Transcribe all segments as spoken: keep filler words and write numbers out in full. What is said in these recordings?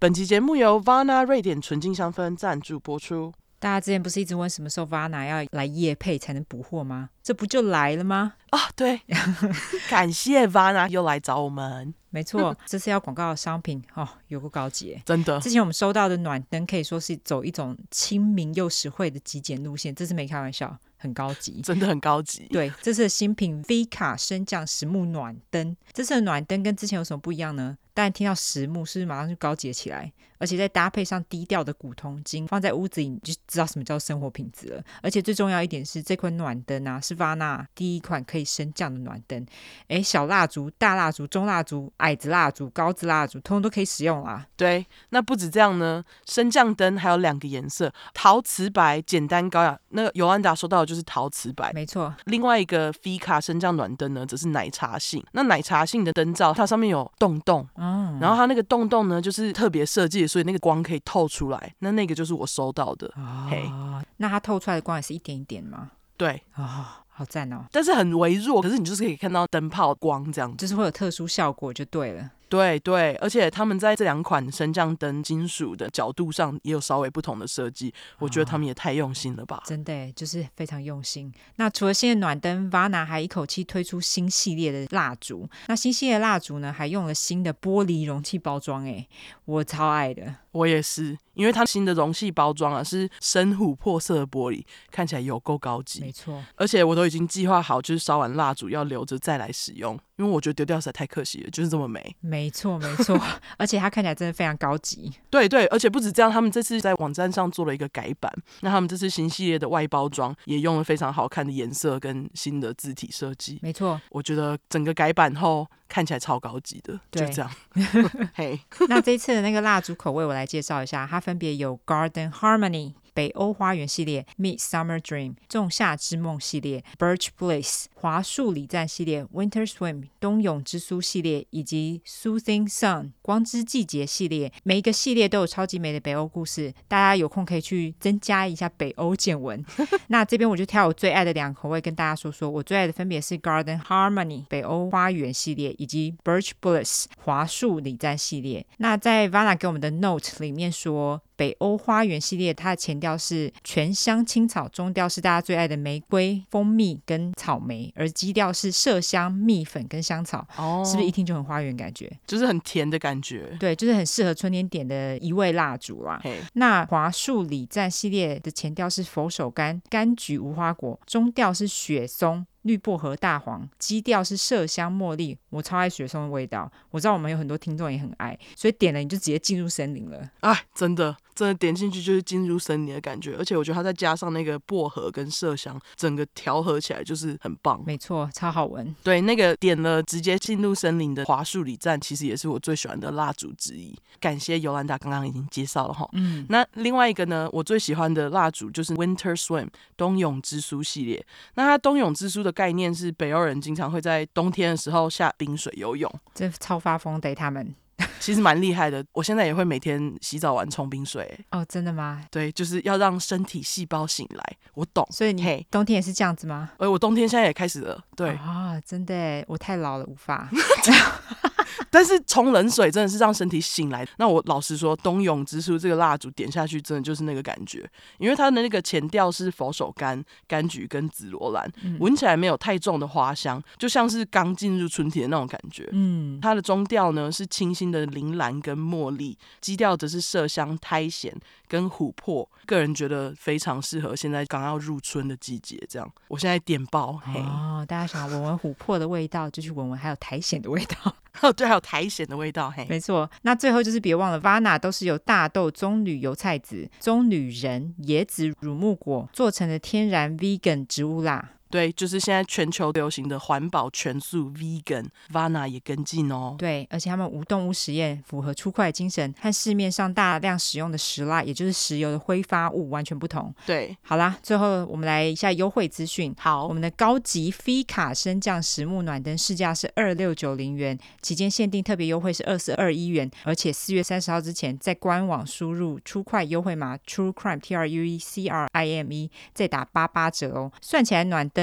本期节目由 Vana 瑞典纯净香氛赞助播出。 大家之前不是一直问什么时候 Vana 要来业配才能补货吗？这不就来了吗？ 啊，对，感谢 Vana 又来找我们。 没错，这次要广告的商品哦，有够高级耶， 真的。 之前我们收到的暖灯可以说是走一种亲民又实惠的极简路线，这次没开玩笑，很高级， 真的很高级。 对，这次的新品 V 卡升降实木暖灯，这次的暖灯跟之前有什么不一样呢？当然听到实木是不是马上就高级起来，而且再搭配上低调的古铜金，放在屋子里你就知道什么叫生活品质了。而且最重要一点是，这款暖灯啊是 Vana 第一款可以升降的暖灯，诶，小蜡烛、大蜡烛、中蜡烛、矮子蜡烛、高子蜡烛通通都可以使用啦。 对，那不止这样呢，升降灯还有两个颜色，陶瓷白简单高雅，那个尤安达说到的就是陶瓷白， 没错。 另外一个 V 卡升降暖灯呢则是奶茶杏，那奶茶杏的灯罩它上面有洞洞、嗯、然后它那个洞洞呢就是特别设计，所以那个光可以透出来，那那个就是我收到的、哦、嘿， 那它透出来的光也是一点一点吗？ 对、 哦，好赞哦， 但是很微弱，可是你就是可以看到灯泡光这样子， 就是会有特殊效果就对了。 对对，而且他们在这两款升降灯金属的角度上也有稍微不同的设计，我觉得他们也太用心了吧、哦、 真的耶，就是非常用心。那除了新的暖灯， Vana 还一口气推出新系列的蜡烛，那新系列的蜡烛呢还用了新的玻璃容器包装，耶，我超爱的。 我也是，因为它新的容器包装啊是深琥珀色的玻璃，看起来有够高级。 没错， 而且我都已经计划好，就是烧完蜡烛要留着再来使用，因为我觉得丢掉实在太可惜了，就是这么美。 没错没错，而且它看起来真的非常高级。 对对，而且不止这样，他们这次在网站上做了一个改版，那他们这次新系列的外包装也用了非常好看的颜色跟新的字体设计。 没错， 我觉得整个改版后看起来超高级的，就这样。嘿， 那这一次的那个蜡烛口味我来介绍一下，它分别有 Garden Harmony 北欧花园系列、 Midsummer Dream 仲夏之梦系列、 Birch Bliss 华树礼赞系列、 Winter Swim 冬泳之苏系列，以及 Soothing Sun 光之季节系列。每一个系列都有超级美的北欧故事，大家有空可以去增加一下北欧见闻。那这边我就挑我最爱的两个口味跟大家说说，我最爱的分别是 Garden Harmony 北欧花园系列以及 Birch Bliss 华树礼赞系列。那在 Vana 给我们的 note 里面说，北欧花园系列它的前调是全香青草，中调是大家最爱的玫瑰、蜂蜜跟草莓，而基调是麝香、蜜粉跟香草、哦、是不是一听就很花园感觉， 就是很甜的感觉。 对，就是很适合春天点的一味蜡烛啦。那华树礼赞系列的前调是佛手柑、柑橘、无花果，中调是雪松、绿薄荷、大黄，基调是麝香、茉莉。我超爱雪松的味道，我知道我们有很多听众也很爱，所以点了你就直接进入森林了。 哎，真的真的点进去就是进入森林的感觉，而且我觉得它再加上那个薄荷跟麝香，整个调和起来就是很棒。 没错，超好闻。 对，那个点了直接进入森林的华树礼赞其实也是我最喜欢的蜡烛之一，感谢尤兰达刚刚已经介绍了齁。嗯，那另外一个呢，我最喜欢的蜡烛就是 Winter Swim 冬泳之苏系列。那它冬泳之苏的概念是北欧人经常会在冬天的时候下冰水游泳， 这超发疯的他们其实蛮厉害的，我现在也会每天洗澡完冲冰水。 哦，真的吗？ 对，就是要让身体细胞醒来，我懂。 所以你冬天也是这样子吗？ 哎，我冬天现在也开始了。对啊、哦，真的耶，我太老了无法但是冲冷水真的是让身体醒来。那我老实说，冬泳之苏这个蜡烛点下去真的就是那个感觉，因为它的那个前调是佛手柑、柑橘跟紫罗兰，闻、嗯、起来没有太重的花香，就像是刚进入春天的那种感觉。嗯，它的中调呢是清新的铃兰跟茉莉，基调则是麝香、苔藓跟琥珀，个人觉得非常适合现在刚要入春的季节。这样，我现在点爆。 哦，大家想闻闻琥珀的味道，就去闻闻还有苔藓的味道。 哦，对，还有苔藓的味道。嘿， 没错。那最后就是别忘了 Vana 都是由大豆、棕榈油菜籽、棕榈仁、椰子、乳木果做成的天然 vegan 植物蜡。 对，就是现在全球流行的环保全素 vegan， Vana 也跟进哦。 对，而且他们无动物实验，符合出快精神，和市面上大量使用的石蜡，也就是石油的挥发物完全不同。 对， 好啦，最后我们来一下优惠资讯。 好， 我们的高级 V 卡升降实木暖灯市价是二万六千九百元，期间限定特别优惠是二十二亿元，而且四月三十号之前在官网输入出快优惠码 True Crime T R U E C R I M E 再打八八折哦。算起来暖灯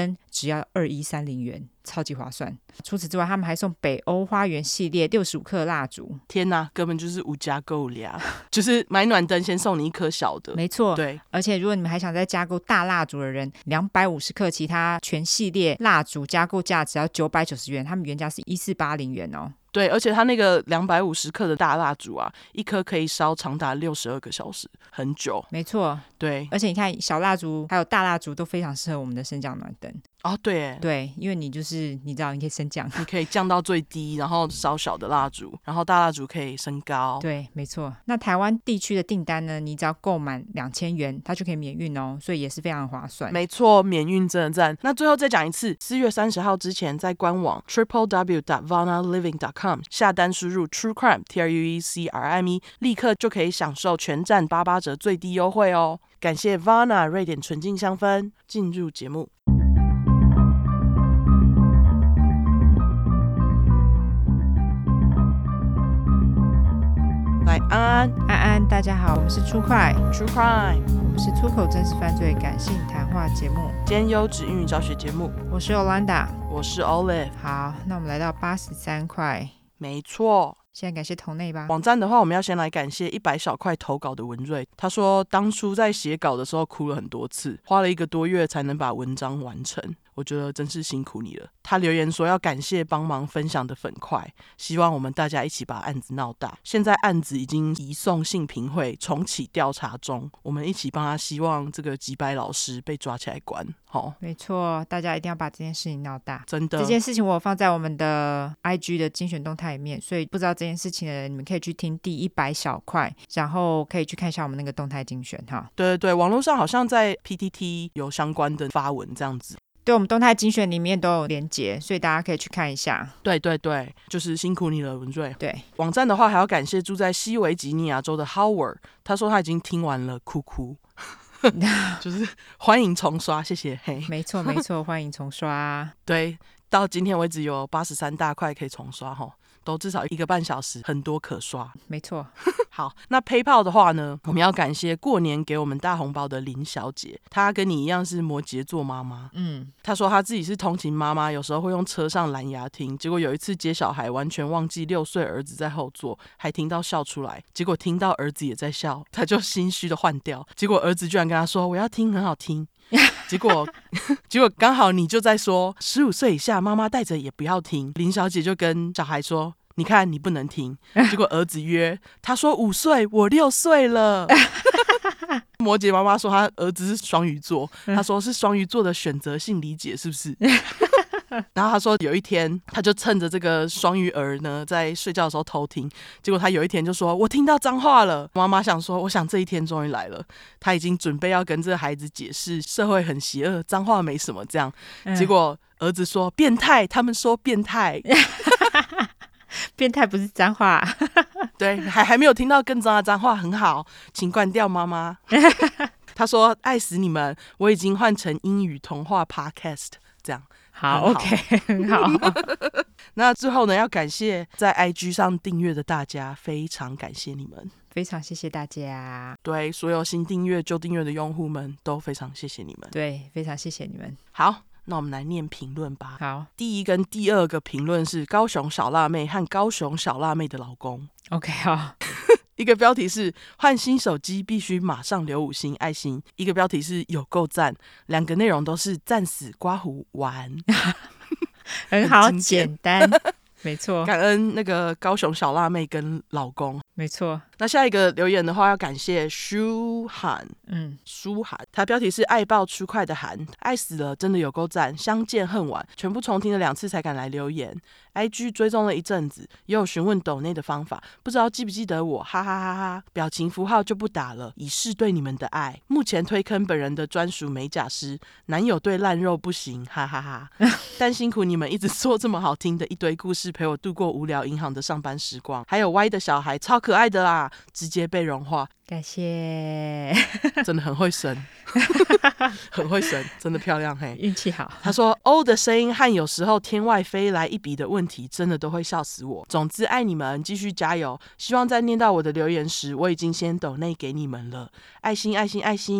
灯只要二千一百三十元，超级划算。除此之外，他们还送北欧花园系列六十五克蜡烛。 天哪，根本就是无家购俩，就是买暖灯先送你一颗小的。 没错， 对。 而且如果你们还想再加购大蜡烛的人，两百五十克其他全系列蜡烛加购价只要九百九十元，他们原价是一四八零元哦。 对，而且它那个两百五十克的大蜡烛啊，一颗可以烧长达六十二个小时，很久。 没错， 对。 而且你看，小蜡烛还有大蜡烛都非常适合我们的升降暖灯。 哦，对耶， 对，因为你就是你知道，你可以升降， 你可以降到最低，然后烧小的蜡烛，然后大蜡烛可以升高。 对，没错。那台湾地区的订单呢，你只要购满两千元，它就可以免运哦，所以也是非常划算。 没错，免运真的赞。那最后再讲一次，四月三十号之前在官网 triple w dot vana living dot com 下单输入 true crime T R U E C R I M E， 立刻就可以享受全站八八折最低优惠哦。感谢 Vana 瑞典纯净香氛。进入节目。来，安安安安，大家好，我们是出快 True Crime， 我们是出口真实犯罪感性谈话节目， 兼优质英语教学节目。 我是 Olanda， 我是 Olive。 好，那我们来到八十三块， 没错。 现在感谢投内吧。 网站的话，我们要先来感谢一百小块投稿的文瑞。他说，当初在写稿的时候哭了很多次，花了一个多月才能把文章完成。我觉得真是辛苦你了。他留言说要感谢帮忙分享的粉块，希望我们大家一起把案子闹大。现在案子已经移送性平会重启调查中，我们一起帮他，希望这个几百老师被抓起来关。哦， 没错，大家一定要把这件事情闹大。 真的， 这件事情我有放在我们的 I G 的精选动态里面，所以不知道这件事情的人，你们可以去听第一百小块，然后可以去看一下我们那个动态精选哈。 对对对，网络上好像在 P T T 有相关的发文这样子。 对，我们动态精选里面都有连结，所以大家可以去看一下。 对对对，就是辛苦你了，文瑞。 对， 网站的话还要感谢住在西维吉尼亚州的 Howard， 他说他已经听完了，哭哭。就是欢迎重刷，谢谢。嘿， 没错没错，欢迎重刷。 对，到今天为止有八十三大块可以重刷齁，都至少一个半小时，很多可刷。 没错。 好，那 PayPal 的话呢，我们要感谢过年给我们大红包的林小姐，她跟你一样是摩羯座妈妈。嗯，她说她自己是通勤妈妈，有时候会用车上蓝牙听，结果有一次接小孩，完全忘记六岁儿子在后座，还听到笑出来，结果听到儿子也在笑，她就心虚的换掉，结果儿子居然跟她说我要听，很好听。结果结果刚好你就在说十五岁以下妈妈带着也不要听，林小姐就跟小孩说你看你不能听，结果儿子约他说五岁，我六岁了。摩羯妈妈说他儿子是双鱼座，他说是双鱼座的选择性理解是不是？然后他说有一天他就趁着这个双鱼儿呢在睡觉的时候偷听，结果他有一天就说我听到脏话了。妈妈想说我想这一天终于来了，他已经准备要跟这个孩子解释社会很邪恶，脏话没什么这样，结果儿子说变态，他们说变态。 变态不是脏话。 对，还还没有听到更脏的脏话，很好，请关掉妈妈。他说爱死你们，我已经换成英语童话 podcast 这样。 好, 好 OK 很好。 那最后呢，要感谢在 I G 上订阅的大家，非常感谢你们， 非常谢谢大家。 对，所有新订阅旧订阅的用户们都非常谢谢你们。 对，非常谢谢你们。 好，那我们来念评论吧。 好， 第一跟第二个评论是高雄小辣妹和高雄小辣妹的老公。 OK 好。 一个标题是换新手机必须马上留五星爱心，一个标题是有够赞，两个内容都是赞死刮胡玩。 很好，很简单。没错， 感恩那个高雄小辣妹跟老公。 没错。 那下一个留言的话要感谢舒涵，嗯，舒涵，他标题是爱爆出快的涵，爱死了，真的有够赞，相见恨晚，全部重听了两次才敢来留言。 I G 追踪了一阵子，也有询问抖内的方法，不知道记不记得我，哈哈哈哈，表情符号就不打了，以示对你们的爱。目前推坑本人的专属美甲师，男友对烂肉不行，哈哈哈哈。但辛苦你们一直做这么好听的一堆故事，陪我度过无聊银行的上班时光，还有歪的小孩超可爱的啦，直接被融化， 感谢。 真的很会生。很会生，真的漂亮。嘿， 运气好。 他说欧的声音和有时候天外飞来一笔的问题真的都会笑死我。总之爱你们，继续加油，希望在念到我的留言时我已经先抖内给你们了，爱心爱心爱心。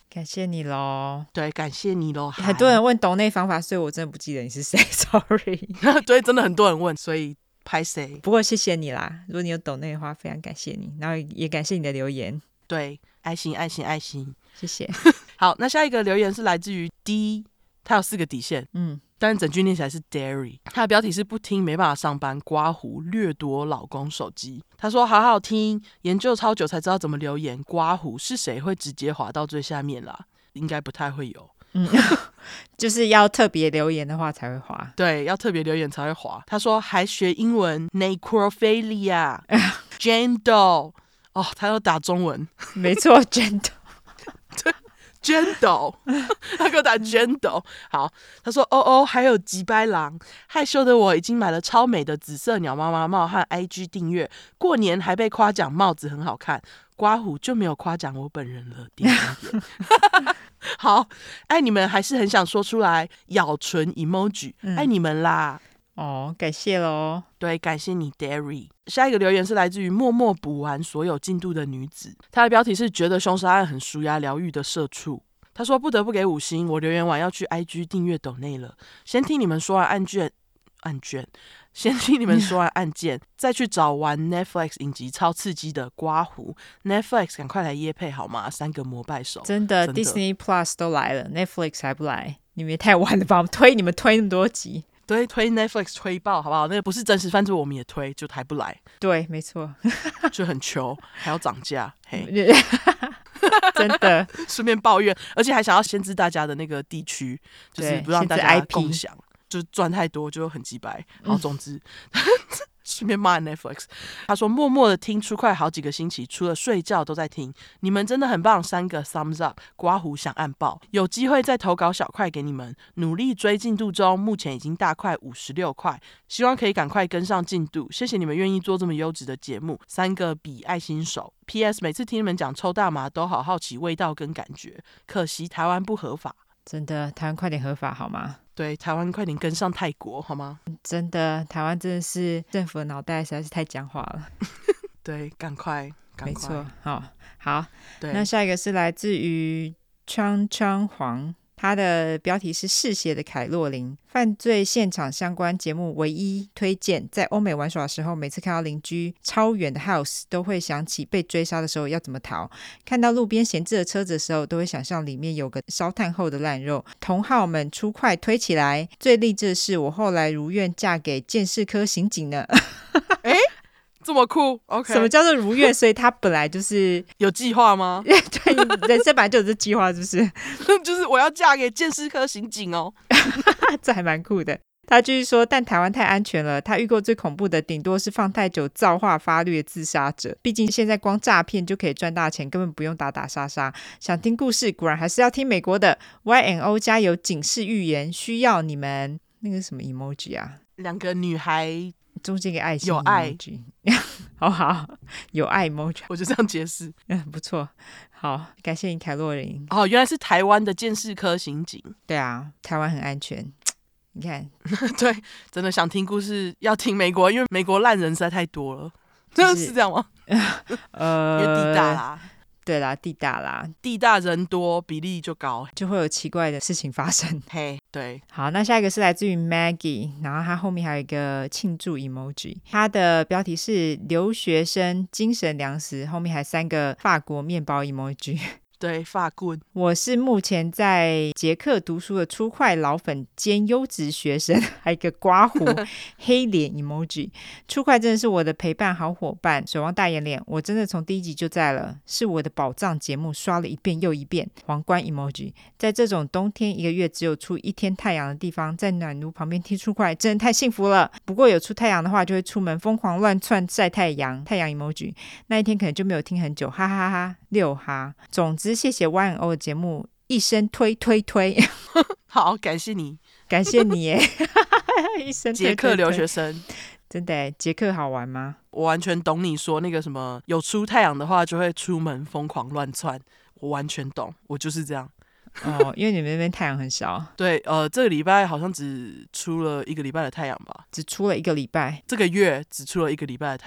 感谢你咯。 对，感谢你咯。 很多人问抖内方法，所以我真的不记得你是谁，sorry。 对，真的很多人问，所以拍谁？ 不过谢谢你啦，如果你有抖内的话，非常感谢你，然后也感谢你的留言。 对，爱心爱心爱心， 谢谢。 好，那下一个留言是来自于 D， 他有四个底线，嗯，但是整句念起来是 Dairy， 他的标题是不听没办法上班，刮胡掠夺老公手机。他说好好听，研究超久才知道怎么留言，刮胡是谁会直接滑到最下面啦？应该不太会有。 嗯，就是要特别留言的话才会滑。 对，要特别留言才会滑。他说还学英文 necrophilia Jane Doe， 哦，他要打中文。 没错，Jane Doe。 对，Jane Doe， 他给我打 Jane Doe。好，他说哦哦，还有吉白狼，害羞的我已经买了超美的紫色鸟妈妈帽和 I G 订阅，过年还被夸奖帽子很好看，刮胡就没有夸奖我本人了，点点点。好，爱你们还是很想说出来，咬唇 emoji，、嗯、爱你们啦。 哦，感谢咯。 对，感谢你 Derry。 下一个留言是来自于默默补完所有进度的女子，她的标题是觉得凶杀案很舒压疗愈的社畜。她说不得不给五星，我留言完要去 I G 订阅抖内了，先听你们说完案卷案卷先听你们说完案件再去找玩 Netflix 影集超刺激的刮胡。 Netflix 赶快来业配好吗？三个膜拜手。 真的, 真的 Disney Plus 都来了， Netflix 还不来，你们也太晚了吧，我们推你们推那么多集。 对，推 Netflix 推爆好不好？那个不是真实犯罪我们也推，就还不来。 对，没错。 就很糗，还要涨价，嘿。 真的顺便抱怨，而且还想要限制大家的那个地区，就是不让大家共享，就赚太多就很鸡掰。好，总之顺便骂 Netflix。 他说默默的听出快好几个星期，除了睡觉都在听，你们真的很棒，三个 thumbs up， 刮胡想按爆，有机会再投稿小块给你们，努力追进度中，目前已经大块五十六块，希望可以赶快跟上进度，谢谢你们愿意做这么优质的节目，三个比爱心手。 P S 每次听你们讲抽大麻都好好奇味道跟感觉，可惜台湾不合法。 真的，台湾快点合法好吗？ 对，台湾快点跟上泰国好吗？ 真的，台湾真的是政府的脑袋实在是太僵化了。 对，赶快赶快。 没错。好好，那下一个是来自于昌昌黄，他的标题是嗜血的凯洛琳，犯罪现场相关节目唯一推荐，在欧美玩耍的时候，每次看到邻居超远的 house 都会想起被追杀的时候要怎么逃，看到路边闲置的车子的时候都会想象里面有个烧炭后的烂肉。同好们出快推起来，最励志的是我后来如愿嫁给鉴识科刑警呢。 诶这么酷 ，OK？ 什么叫做如愿？所以他本来就是有计划吗？ 对，人生本来就有这计划，是不是？ 就是我要嫁给鉴识科刑警哦， 这还蛮酷的。他继续说，但台湾太安全了，他遇过最恐怖的顶多是放太久造化发绿的自杀者，毕竟现在光诈骗就可以赚大钱，根本不用打打杀杀。想听故事果然还是要听美国的 Y N O， 加油，警示预言需要你们。那个是什么 emoji 啊？ 两个女孩中间一个爱心 emoji， 有爱好好有爱 emoji， 我就这样解释。 嗯，不错。好，感谢你凯洛琳。 哦，原来是台湾的鉴识科刑警。 对啊，台湾很安全。你看对，真的想听故事要听美国，因为美国烂人实在太多了。真的、就是、是这样吗？呃，因为地大啦。 对啦，地大啦， 地大人多，比例就高， 就会有奇怪的事情发生。 嘿，对。 好，那下一个是来自于 Maggie， 然后他后面还有一个庆祝 emoji， 他的标题是留学生精神粮食，后面还三个法国面包 emoji。 对，法棍。 我是目前在捷克读书的初快老粉兼优质学生，还有一个刮胡黑脸 emoji。初快真的是我的陪伴好伙伴，水汪大眼脸，我真的从第一集就在了，是我的宝藏节目，刷了一遍又一遍。皇冠 emoji。在这种冬天一个月只有出一天太阳的地方，在暖炉旁边听初快真的太幸福了。不过有出太阳的话就会出门疯狂乱窜晒太阳，太阳 emoji。那一天可能就没有听很久，哈哈哈，六哈。总之谢谢 Y N O 的节目，一生推推推。 好，感谢你， 感谢你耶。一生推推推。 捷克留学生， 真的耶，捷克好玩吗？ 我完全懂你说那个什么有出太阳的话就会出门疯狂乱窜，我完全懂，我就是这样。 哦，因为你们那边太阳很少。 对，呃，这个礼拜好像只出了一个礼拜的太阳吧， 只出了一个礼拜， 这个月只出了一个礼拜的太阳，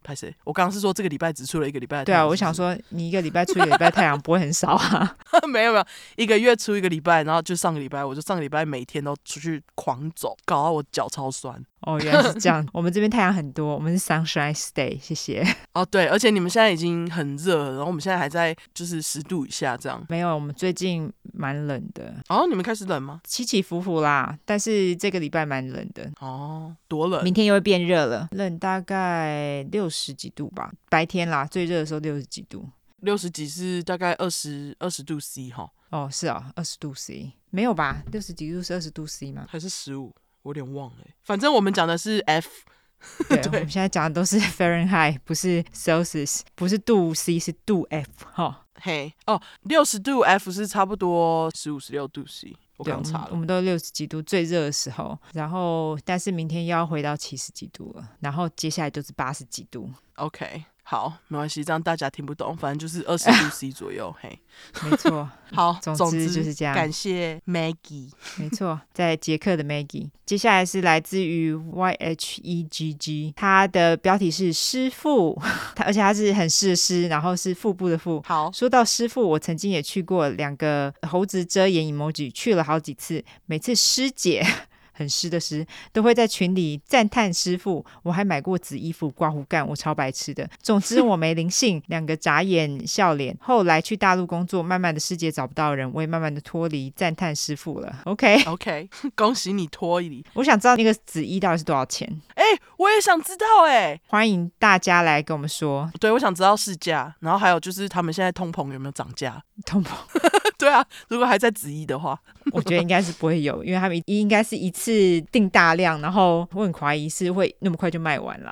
拍谁？我刚刚是说这个礼拜只出了一个礼拜的太对啊， 阳是不是。 我想说你一个礼拜出一个礼拜太阳不会很少啊。 没有没有，一个月出一个礼拜，然后就上个礼拜，我就上个礼拜每天都出去狂走，搞到我脚超酸。 哦，原来是这样。我们这边太阳很多，我们是 Sunshine State， 谢谢。 哦，对，而且你们现在已经很热了，然后我们现在还在就是十度以下这样。 没有，我们最近蛮冷的。 哦，你们开始冷吗？ 起起伏伏啦，但是这个礼拜蛮冷的。 哦，多冷？ 明天又会变热了，冷大概六十几度吧，白天啦，最热的时候六十几度。 六十几是大概二十二十度 C 哈。 哦，是啊、哦，二十度 C 没有吧？六十几度是二十度 C 吗？ 还是十五？我有点忘了。反正我们讲的是 F。 对， 对， 我们现在讲的都是 Fahrenheit， 不是 Celsius， 不是度 C， 是度 F 哈。 嘿，哦，六十度 F 是差不多十五十六度 C。我刚查了， 我们, 我们都六十几度最热的时候，然后但是明天又要回到七十几度了，然后接下来就是八十几度。 OK， 好，没关系，这样大家听不懂，反正就是二十度 C 左右。嘿， 没错。 好， 总之就是这样。 感谢 Maggie， 没错，在捷克的 Maggie。接下来是来自于 Y H E G G， 它的标题是师父，而且它是很湿的湿，然后是腹部的腹。 好， 说到师父，我曾经也去过两个猴子遮眼 emoji， 去了好几次，每次师姐。很湿的湿都会在群里赞叹师傅，我还买过紫衣服刮胡干，我超白痴的。总之我没灵性，两个眨眼笑脸。后来去大陆工作，慢慢的师姐找不到人，我也慢慢的脱离赞叹师傅了。 OK OK， 恭喜你脱离。 我想知道那个紫衣到底是多少钱。 哎、欸，我也想知道。哎、欸， 欢迎大家来跟我们说。 对，我想知道市价，然后还有就是他们现在通膨有没有涨价。 通膨对啊，如果还在紫衣的话我觉得应该是不会有，因为他们应该是一次订大量，然后我很怀疑是会那么快就卖完了。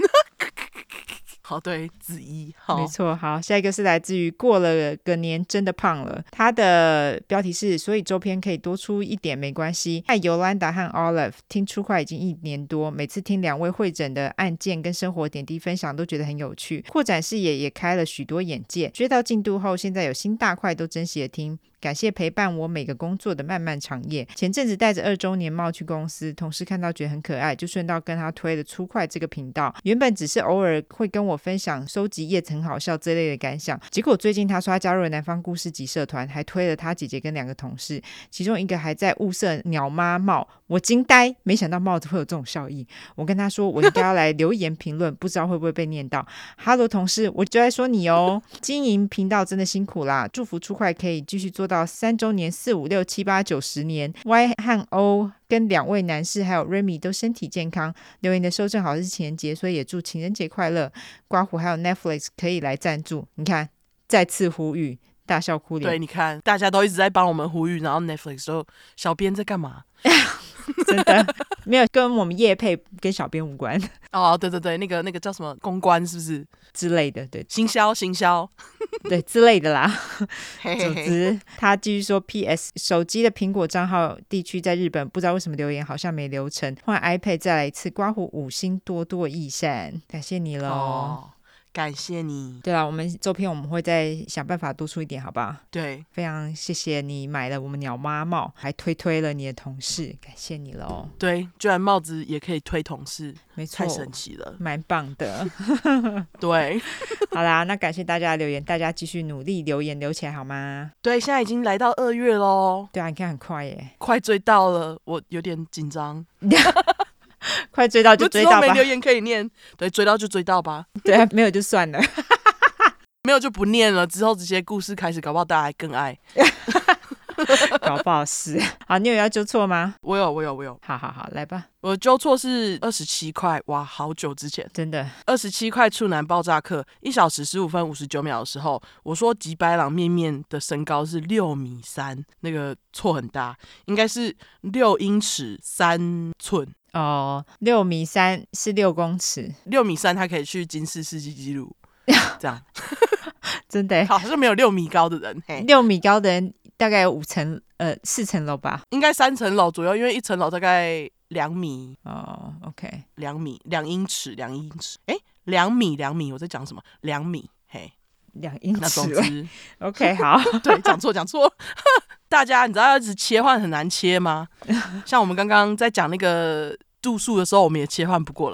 好，对，紫衣， 没错。好，下一个是来自于过了个年真的胖了，它的标题是所以周篇可以多出一点没关系。爱尤兰达和 Olive 听出快已经一年多，每次听两位会诊的案件跟生活点滴分享都觉得很有趣，扩展视野也开了许多眼界。追到进度后，现在有新大块都珍惜的听，感谢陪伴我每个工作的漫漫长夜。前阵子带着二周年帽去公司，同事看到觉得很可爱，就顺道跟他推了粗快这个频道。原本只是偶尔会跟我分享收集叶子很好笑这类的感想，结果最近他说他加入了南方故事集社团，还推了他姐姐跟两个同事，其中一个还在物色鸟妈帽，我惊呆，没想到帽子会有这种效益。我跟他说我应该要来留言评论，不知道会不会被念到。哈喽同事，我就在说你哦，经营频道真的辛苦啦，祝福粗快可以继续做到三周年、四五六七八九十年。 Y 和 O 跟两位男士还有 Remy 都身体健康。留言的时候正好是情人节，所以也祝情人节快乐。刮胡还有 Netflix 可以来赞助，你看再次呼吁，大笑哭脸。 对，你看大家都一直在帮我们呼吁，然后 Netflix 说小编在干嘛？ 真的没有跟我们业配，跟小编无关。 哦，对对对，那个那个叫什么公关是不是之类的？对， 行销行销对之类的啦。 嘿嘿嘿， 总之他继续说 P S 手机的苹果账号地区在日本，不知道为什么留言好像没留成，换 iPad 再来一次。刮胡五星，多多益善，感谢你咯。 哦，感谢你。 对啦，我们周篇我们会再想办法多出一点，好吧？ 对， 非常谢谢你买了我们鸟妈帽，还推推了你的同事，感谢你咯。 对，居然帽子也可以推同事， 没错， 太神奇了， 蛮棒的。 对， 好啦，那感谢大家的留言，大家继续努力留言留起来好吗？ 对，现在已经来到二月咯。 对啊，你看很快耶， 快追到了，我有点紧张。 快追到就追到吧， 之后没留言可以念，对，追到就追到吧。 对啊，没有就算了。 没有就不念了，之后这些故事开始，搞不好大家还更爱。 搞不好是。好，你有要纠错吗？ 我有，我有，我有。 好好好，来吧。 我纠错是二十七块，哇，好久之前， 真的二十七块处男爆炸课，一小时十五分五十九秒的时候，我说吉白朗面面的身高是六米三，那个错很大，应该是六英尺三寸。 哦，六米三是六公尺， 六米三他可以去金氏世纪纪录，这样真的好像没有六米高的人，嘿， 六米高的人大概有五层呃四层楼吧， 应该三层楼左右，因为一层楼大概两米哦 ，OK， 两米两英尺两英尺，哎，两米两米，我在讲什么？两米，嘿， 两英尺。 那总之 ，OK， 好， 对，讲错讲错。大家你知道要一直切换很难切吗？像我们刚刚在讲那个度数的时候，我们也切换不过来。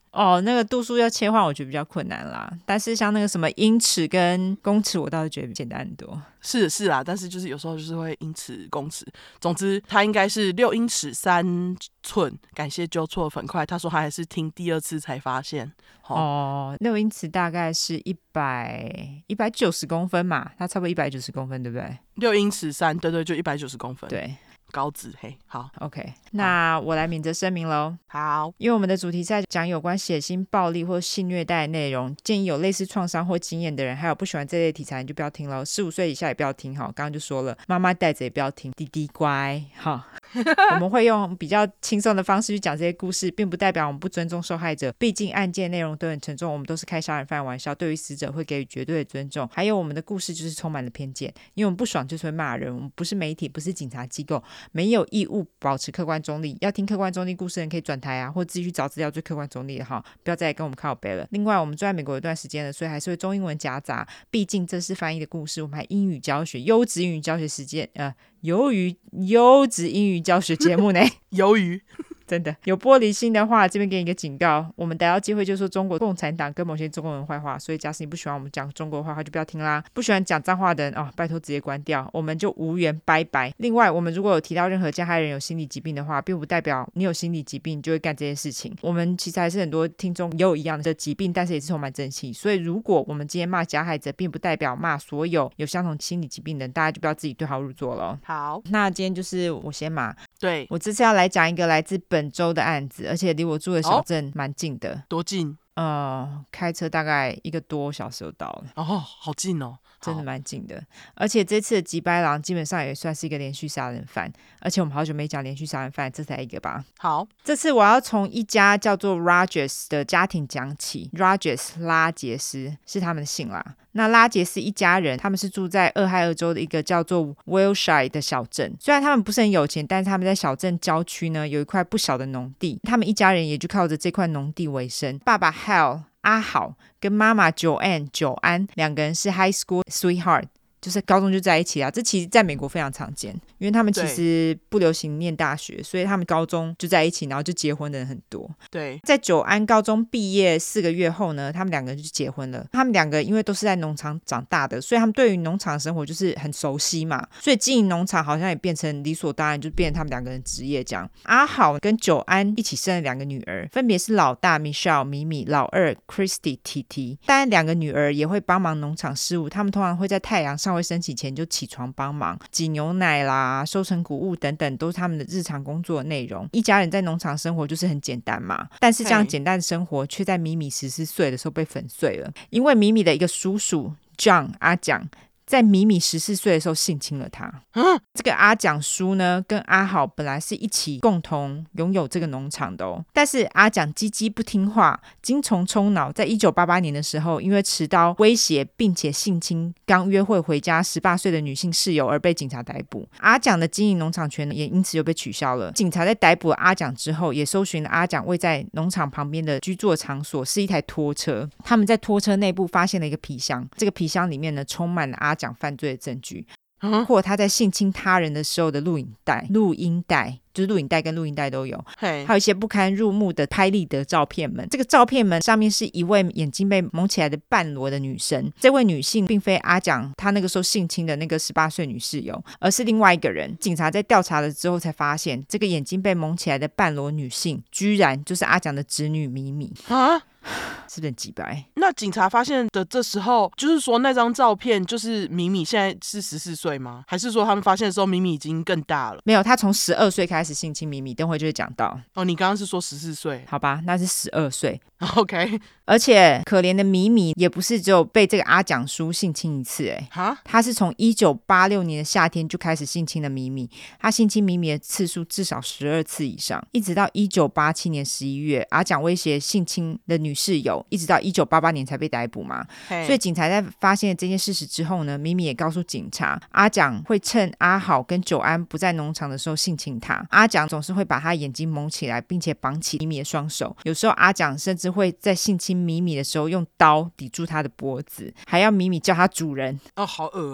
哦，那个度数要切换我觉得比较困难啦，但是像那个什么英尺跟公尺我倒是觉得简单很多。 是是啦，但是就是有时候就是会英尺公尺，总之他应该是六英尺三寸。感谢纠错粉块，他说他还是听第二次才发现。 哦，哦六英尺大概是一百一百九十公分嘛，他差不多一百九十公分对不对？ 六英尺三，对对，就一百九十公分。 对。 高子黑，好 ，OK， 那我来免责声明喽。 好， 因为我们的主题在讲有关血腥暴力或性虐待的内容，建议有类似创伤或经验的人，还有不喜欢这类题材，你就不要听了。十五岁以下也不要听，哈，刚刚就说了，妈妈带着也不要听，弟弟乖，哈。我们会用比较轻松的方式去讲这些故事，并不代表我们不尊重受害者，毕竟案件内容都很沉重，我们都是开杀人犯玩笑，对于死者会给予绝对的尊重。还有我们的故事就是充满了偏见，因为我们不爽就是会骂人，我们不是媒体，不是警察机构，没有义务保持客观中立。要听客观中立故事的人可以转台啊，或自己去找资料最客观中立的哈，不要再来跟我们靠北了。另外，我们住在美国有一段时间了，所以还是会中英文夹杂，毕竟这是翻译的故事，我们还英语教学，优质英语教学时间，呃。由于优质英语教学节目呢， 鱿鱼真的有玻璃心的话，这边给你一个警告，我们逮到机会就说中国共产党跟某些中国人坏话，所以假使你不喜欢我们讲中国坏话就不要听啦，不喜欢讲脏话的人哦，拜托直接关掉，我们就无缘拜拜。另外，我们如果有提到任何加害人有心理疾病的话，并不代表你有心理疾病就会干这件事情，我们其实还是很多听众也有一样的疾病，但是也是充满正气，所以如果我们今天骂加害者，并不代表骂所有有相同心理疾病的人，大家就不要自己对号入座了。 好， 那今天就是我先骂， 对， 我这次要来讲一个来自本州的案子，而且离我住的小镇蛮近的、哦、 多近？ 呃，开车大概一个多小时就到了。 哦，好近哦， 真的蛮近的。而且这次的吉白狼基本上也算是一个连续杀人犯，而且我们好久没讲连续杀人犯，这才一个吧。 好， 这次我要从一家叫做 Rogers 的家庭讲起。 Rogers 拉杰斯是他们的姓啦。那拉杰斯一家人，他们是住在俄亥俄州的一个叫做 Wilshire 的小镇。虽然他们不是很有钱，但是他们在小镇郊区呢有一块不小的农地，他们一家人也就靠着这块农地为生。爸爸 Hal 阿好跟妈妈 Joanne 久安两个人是 high school sweetheart，就是高中就在一起啊，这其实在美国非常常见，因为他们其实不流行念大学，所以他们高中就在一起，然后就结婚的人很多。 对， 在久安高中毕业四个月后呢，他们两个人就结婚了。他们两个因为都是在农场长大的，所以他们对于农场生活就是很熟悉嘛，所以经营农场好像也变成理所当然，就变成他们两个人职业这样。阿好跟久安一起生了两个女儿，分别是老大 Michelle 米米，老二 Christy 提提。当然两个女儿也会帮忙农场事务，他们通常会在太阳尚未升起前就起床帮忙，挤牛奶啦、收成谷物等等，都是他们的日常工作的内容。一家人在农场生活就是很简单嘛，但是这样简单的生活却在米米十四岁的时候被粉碎了，因为米米的一个叔叔 John 阿蒋在米米十四岁的时候性侵了他。 嗯， 这个阿蒋叔呢跟阿好本来是一起共同拥有这个农场的哦，但是阿蒋鸡鸡不听话，精虫充脑，在一九八八年的时候因为持刀威胁并且性侵刚约会回家十八岁的女性室友而被警察逮捕。阿蒋的经营农场权也因此又被取消了。警察在逮捕了阿蒋之后，也搜寻了阿蒋位在农场旁边的居住场所，是一台拖车。他们在拖车内部发现了一个皮箱，这个皮箱里面呢充满了阿蒋犯罪的证据，或他在性侵他人的时候的录影带、录音带，就是录影带跟录音带都有，还有一些不堪入目的拍立得照片们。这个照片们上面是一位眼睛被蒙起来的半裸的女生，这位女性并非阿蒋她那个时候性侵的那个十八岁女室友，而是另外一个人。警察在调查了之后才发现，这个眼睛被蒙起来的半裸女性居然就是阿蒋的侄女米米啊，是不是很鸡掰？ 那警察发现的这时候，就是说那张照片就是米米现在是十四岁吗？还是说他们发现的时候米米已经更大了？ 没有，他从十二岁开始性侵米米，等会就会讲到。 哦，你刚刚是说十四岁？ 好吧，那是十二岁。 OK， 而且可怜的米米也不是只有被这个阿蒋叔性侵一次，哎，他是从一九八六年的夏天就开始性侵了米米，他性侵米米的次数至少十二次以上，一直到一九八七年十一月，阿蒋威胁性侵的女室友，一直到一九八八年才被逮捕嘛。所以警察在发现这件事实之后呢，米米也告诉警察，阿蒋会趁阿好跟久安不在农场的时候性侵他。阿蒋总是会把他眼睛蒙起来，并且绑起米米的双手，有时候阿蒋甚至会在性侵米米的时候用刀抵住他的脖子，还要米米叫他主人。 哦，好恶哦。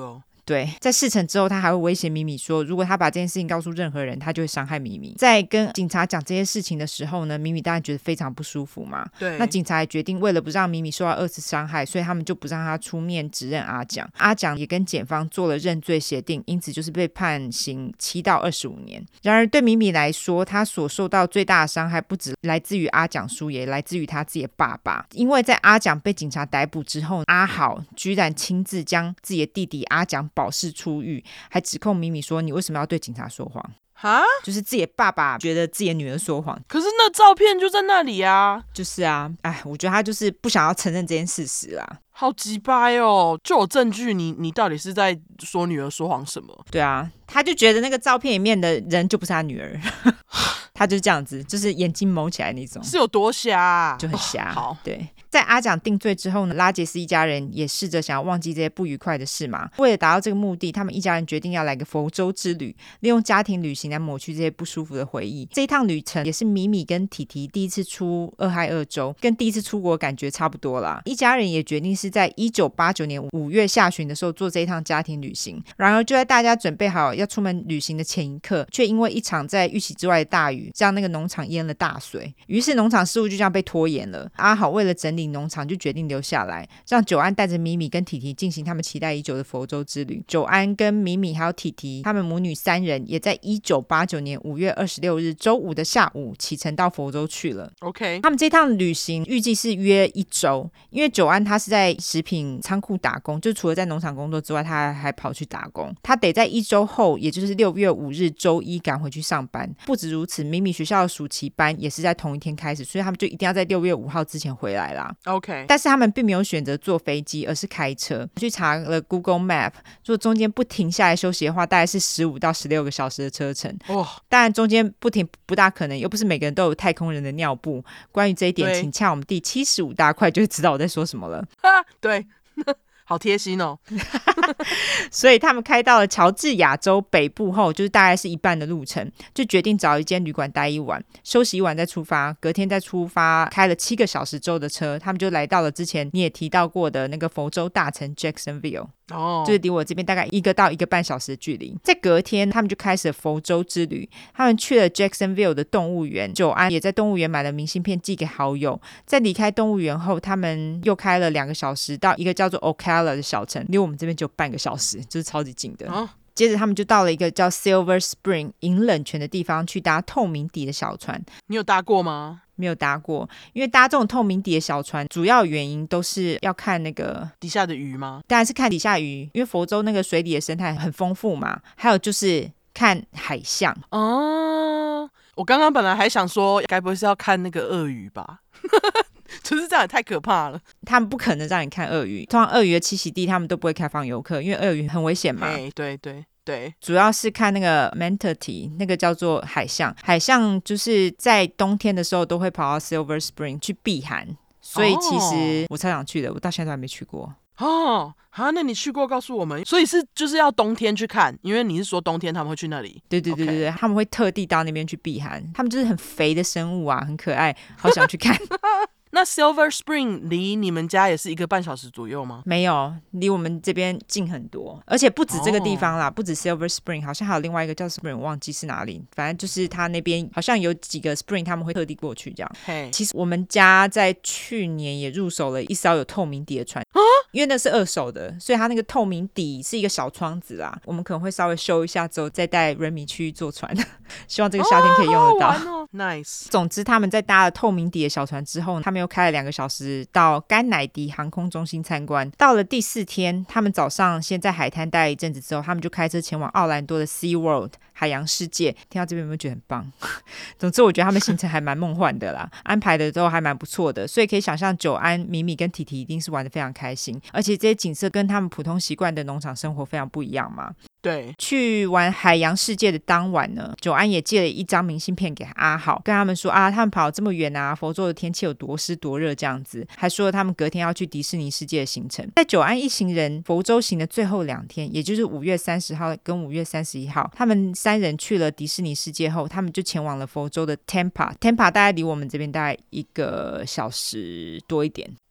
对，在事成之后他还会威胁米米说，如果他把这件事情告诉任何人，他就会伤害米米。在跟警察讲这些事情的时候呢，米米当然觉得非常不舒服嘛。 对， 那警察也决定为了不让米米受到二次伤害，所以他们就不让他出面指认阿蒋。阿蒋也跟检方做了认罪协定，因此就是被判刑七到二十五年。然而对米米来说，他所受到最大的伤害不止来自于阿蒋叔，也来自于他自己的爸爸。因为在阿蒋被警察逮捕之后，阿好居然亲自将自己的弟弟阿蒋保释出狱，还指控米米说，你为什么要对警察说谎？ 哈， 就是自己的爸爸觉得自己的女儿说谎， 可是那照片就在那里啊。 就是啊，哎，我觉得他就是不想要承认这件事实啊。 好鸡掰哦！就有证据你，你到底是在说女儿说谎什么？ 对啊，他就觉得那个照片里面的人就不是他女儿，他就是这样子，就是眼睛蒙起来那种， 是有多瞎、啊？ 就很瞎。 哦、好， 对。在阿蒋定罪之后呢，拉杰斯一家人也试着想要忘记这些不愉快的事嘛。为了达到这个目的，他们一家人决定要来个佛州之旅，利用家庭旅行来抹去这些不舒服的回忆。这一趟旅程也是米米跟提提第一次出俄亥俄州，跟第一次出国感觉差不多啦。一家人也决定是在一九八九年五月下旬的时候做这一趟家庭旅行。然而就在大家准备好要出门旅行的前一刻，却因为一场在预期之外的大雨，让那个农场淹了大水。于是农场事务就这样被拖延了。阿好为了整理农场，就决定留下来，让久安带着米米跟提提进行他们期待已久的佛州之旅。久安跟米米还有提提他们母女三人也在一九八九年五月二十六日周五的下午启程到佛州去了。 OK， 他们这趟旅行预计是约一周，因为久安他是在食品仓库打工，就除了在农场工作之外，他 还, 还跑去打工。他得在一周后，也就是六月五日周一赶回去上班。不止如此，米米学校的暑期班也是在同一天开始，所以他们就一定要在六月五号之前回来啦。 OK， 但是他们并没有选择坐飞机，而是开车。去查了 Google Map， 如果中间不停下来休息的话，大概是十五到十六个小时的车程。 哦， 当然中间不停不大可能，又不是每个人都有太空人的尿布。关于这一点，请洽我们第七十五大块就知道我在说什么了。 对。好贴心哦。 所以他们开到了乔治亚州北部后，就是大概是一半的路程，就决定找一间旅馆待一晚，休息一晚再出发。隔天再出发，开了七个小时州的车，他们就来到了之前你也提到过的那个佛州大城 Jacksonville。哦，就是离我这边大概一个到一个半小时的距离。在隔天他们就开始了佛州之旅，他们去了 Jacksonville 的动物园，久安也在动物园买了明信片寄给好友。在离开动物园后，他们又开了两个小时到一个叫做 Ocala 的小城，离我们这边就半个小时，就是超级近的。哦，接着他们就到了一个叫 Silver Spring 饮冷泉的地方，去搭透明底的小船。 你有搭过吗？ 没有搭过，因为搭这种透明底的小船主要原因都是要看那个底下的鱼吗？ 当然是看底下鱼，因为佛州那个水里的生态很丰富嘛。还有就是看海象。 哦，我刚刚本来还想说该不会是要看那个鳄鱼吧。就是这样也太可怕了， 他们不可能让你看鳄鱼，通常鳄鱼的栖息地他们都不会开放游客，因为鳄鱼很危险嘛。 对对对， 主要是看那个 manatee， 那个叫做海象。海象就是在冬天的时候都会跑到 Silver Spring 去避寒，所以其实我超想去的，我到现在都还没去过。 哦，好，那你去过告诉我们。所以是就是要冬天去看，因为你是说冬天他们会去那里。 对对对对对， okay. 他们会特地到那边去避寒，他们就是很肥的生物啊，很可爱，好想去看。 那 Silver Spring 离你们家也是一个半小时左右吗？ 没有，离我们这边近很多，而且不止这个地方啦，哦，不止 Silver Spring， 好像还有另外一个叫 Spring， 我忘记是哪里，反正就是他那边好像有几个 Spring 他们会特地过去这样。Hey. 其实我们家在去年也入手了一艘有透明底的船，啊，因为那是二手的，所以它那个透明底是一个小窗子啦，我们可能会稍微修一下之后再带 Remy 去坐船，希望这个夏天可以用得到。 哦哦，Nice。 总之他们在搭了透明底的小船之后，他们又开了两个小时到甘乃迪航空中心参观。到了第四天，他们早上先在海滩待一阵子之后，他们就开车前往奥兰多的 Sea World 海洋世界。听到这边有没有觉得很棒？总之我觉得他们行程还蛮梦幻的啦，安排的都还蛮不错的，所以可以想象久安、米米跟提提一定是玩得非常开心，而且这些景色跟他们普通习惯的农场生活非常不一样嘛。 对， 去玩海洋世界的当晚呢，久安也寄了一张明信片给阿好，跟他们说啊，他们跑这么远啊，佛州的天气有多湿多热这样子，还说了他们隔天要去迪士尼世界的行程。在久安一行人佛州行的最后两天，也就是五月三十号跟五月三十一号，他们三人去了迪士尼世界后，他们就前往了佛州的 Tampa。 Tampa 大概离我们这边大概一个小时多一点。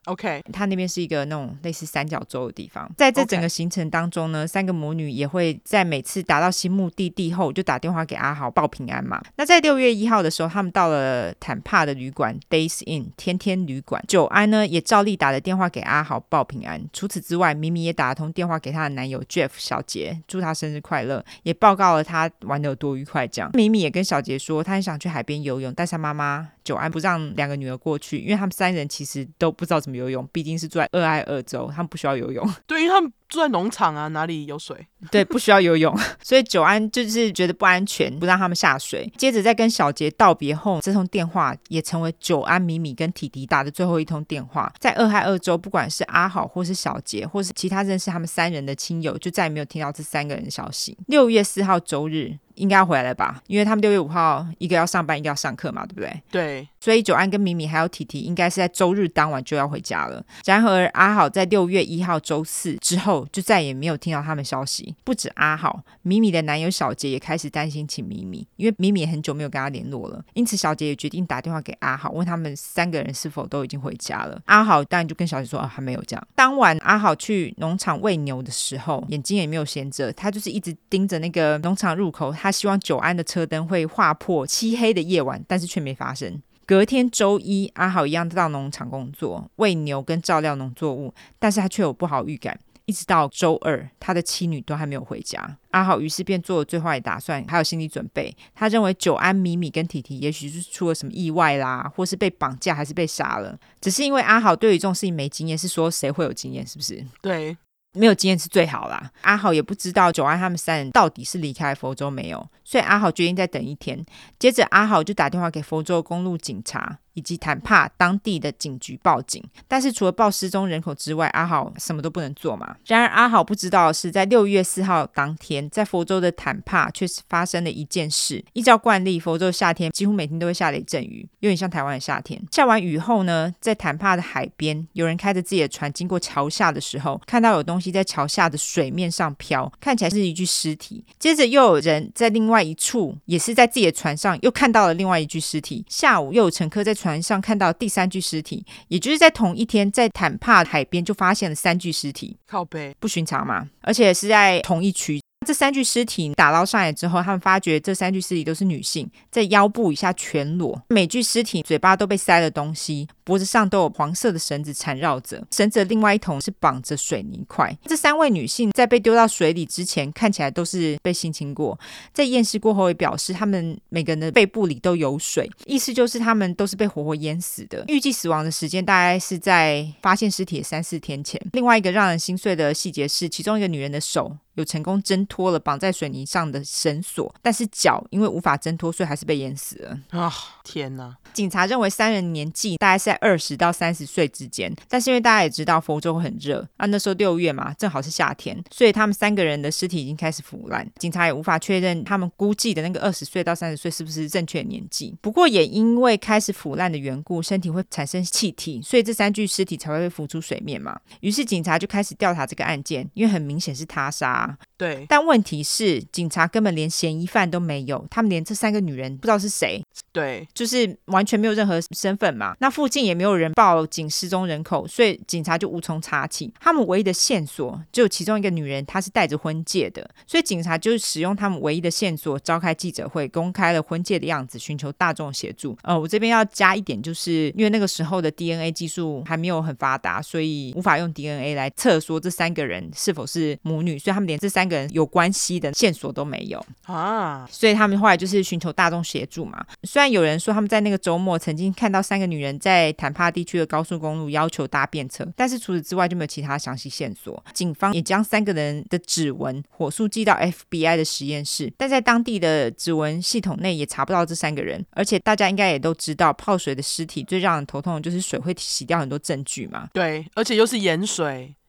OK， 它那边是一个那种类似三角洲的地方。在这整个 OK 行程当中呢，三个母女也会在每次达到新目的地后就打电话给阿豪报平安嘛。那在六月一号的时候，他们到了坦帕的旅馆 Days Inn 天天旅馆，久安呢也照例打了电话给阿豪报平安。除此之外，米米也打了通电话给她的男友 Jeff 小杰，祝他生日快乐，也报告了他玩得有多愉快。这样，米米也跟小杰说，他很想去海边游泳，但是他妈妈久安不让两个女儿过去，因为他们三人其实都不知道怎么游泳，毕竟是住在俄亥俄州，他们不需要游泳。 对，因为他们住在农场啊，哪里有水？ 对，不需要游泳，所以久安就是觉得不安全，不让他们下水。接着在跟小杰道别后，这通电话也成为久安、米米跟弟弟打的最后一通电话。在俄亥俄州，不管是阿好或是小杰，或是其他认识他们三人的亲友，就再也没有听到这三个人的消息。六月四号周日应该要回来了吧，因为他们六月五号一个要上班，一个要上课嘛，对不对？ 对， 所以久安跟米米还有弟弟应该是在周日当晚就要回家了。然而阿好在六月一号周四之后就再也没有听到他们消息。不止阿好，米米的男友小杰也开始担心起米米，因为米米很久没有跟他联络了，因此小杰也决定打电话给阿好，问他们三个人是否都已经回家了。阿好当然就跟小杰说、哦、还没有这样。当晚阿好去农场喂牛的时候，眼睛也没有闲着，他就是一直盯着那个农场入口，他希望久安的车灯会划破漆黑的夜晚，但是却没发生。隔天周一，阿好一样到农场工作，喂牛跟照料农作物，但是他却有不好预感。一直到周二，他的妻女都还没有回家。阿好于是便做了最坏的打算，还有心理准备。他认为久安、米米跟提提也许是出了什么意外啦，或是被绑架，还是被杀了。只是因为阿好对于这种事情没经验，是说谁会有经验，是不是？ 对， 没有经验是最好啦。阿好也不知道久安他们三人到底是离开佛州没有，所以阿好决定再等一天。接着阿好就打电话给佛州公路警察以及坦帕当地的警局报警，但是除了报失踪人口之外，阿好什么都不能做嘛。然而阿好不知道的是，在六月四号当天，在佛州的坦帕却是发生了一件事。依照惯例，佛州夏天几乎每天都会下雷阵雨，有点像台湾的夏天。下完雨后呢，在坦帕的海边，有人开着自己的船经过桥下的时候，看到有东西在桥下的水面上飘，看起来是一具尸体。接着又有人在另外一处，也是在自己的船上又看到了另外一具尸体。下午又有乘客在船上看到第三具尸体，也就是在同一天，在坦帕海边就发现了三具尸体。 靠北， 不寻常嘛，而且是在同一区。这三具尸体打捞上来之后，他们发觉这三具尸体都是女性，在腰部以下全裸，每具尸体嘴巴都被塞了东西，脖子上都有黄色的绳子缠绕着，绳子的另外一头是绑着水泥块。这三位女性在被丢到水里之前，看起来都是被性侵过。在验尸过后也表示，他们每个人的背部里都有水，意思就是他们都是被活活淹死的。预计死亡的时间大概是在发现尸体的三四天前。另外一个让人心碎的细节是，其中一个女人的手有成功挣脱了绑在水泥上的绳索，但是脚因为无法挣脱，所以还是被淹死了啊！天哪！ 警察认为三人年纪大概是在二十到三十岁之间，但是因为大家也知道佛州很热啊，那时候六月嘛，正好是夏天，所以他们三个人的尸体已经开始腐烂。警察也无法确认他们估计的那个二十岁到三十岁是不是正确的年纪。不过也因为开始腐烂的缘故，身体会产生气体，所以这三具尸体才会浮出水面嘛。于是警察就开始调查这个案件，因为很明显是他杀。 对， 但问题是警察根本连嫌疑犯都没有，他们连这三个女人不知道是谁， 对， 就是完全没有任何身份嘛。那附近也没有人报警失踪人口，所以警察就无从查起。他们唯一的线索只有其中一个女人，她是戴着婚戒的，所以警察就使用他们唯一的线索召开记者会，公开了婚戒的样子，寻求大众协助。呃，我这边要加一点，就是因为那个时候的 D N A 技术还没有很发达，所以无法用 D N A 来测说这三个人是否是母女，所以他们连这三个人有关系的线索都没有啊。 所以他们后来就是寻求大众协助嘛。虽然有人说他们在那个周末曾经看到三个女人在坦帕地区的高速公路要求搭便车，但是除此之外就没有其他详细线索。警方也将三个人的指纹火速寄到 F B I 的实验室，但在当地的指纹系统内也查不到这三个人。而且大家应该也都知道，泡水的尸体最让人头痛的就是水会洗掉很多证据嘛。 对，而且又是盐水。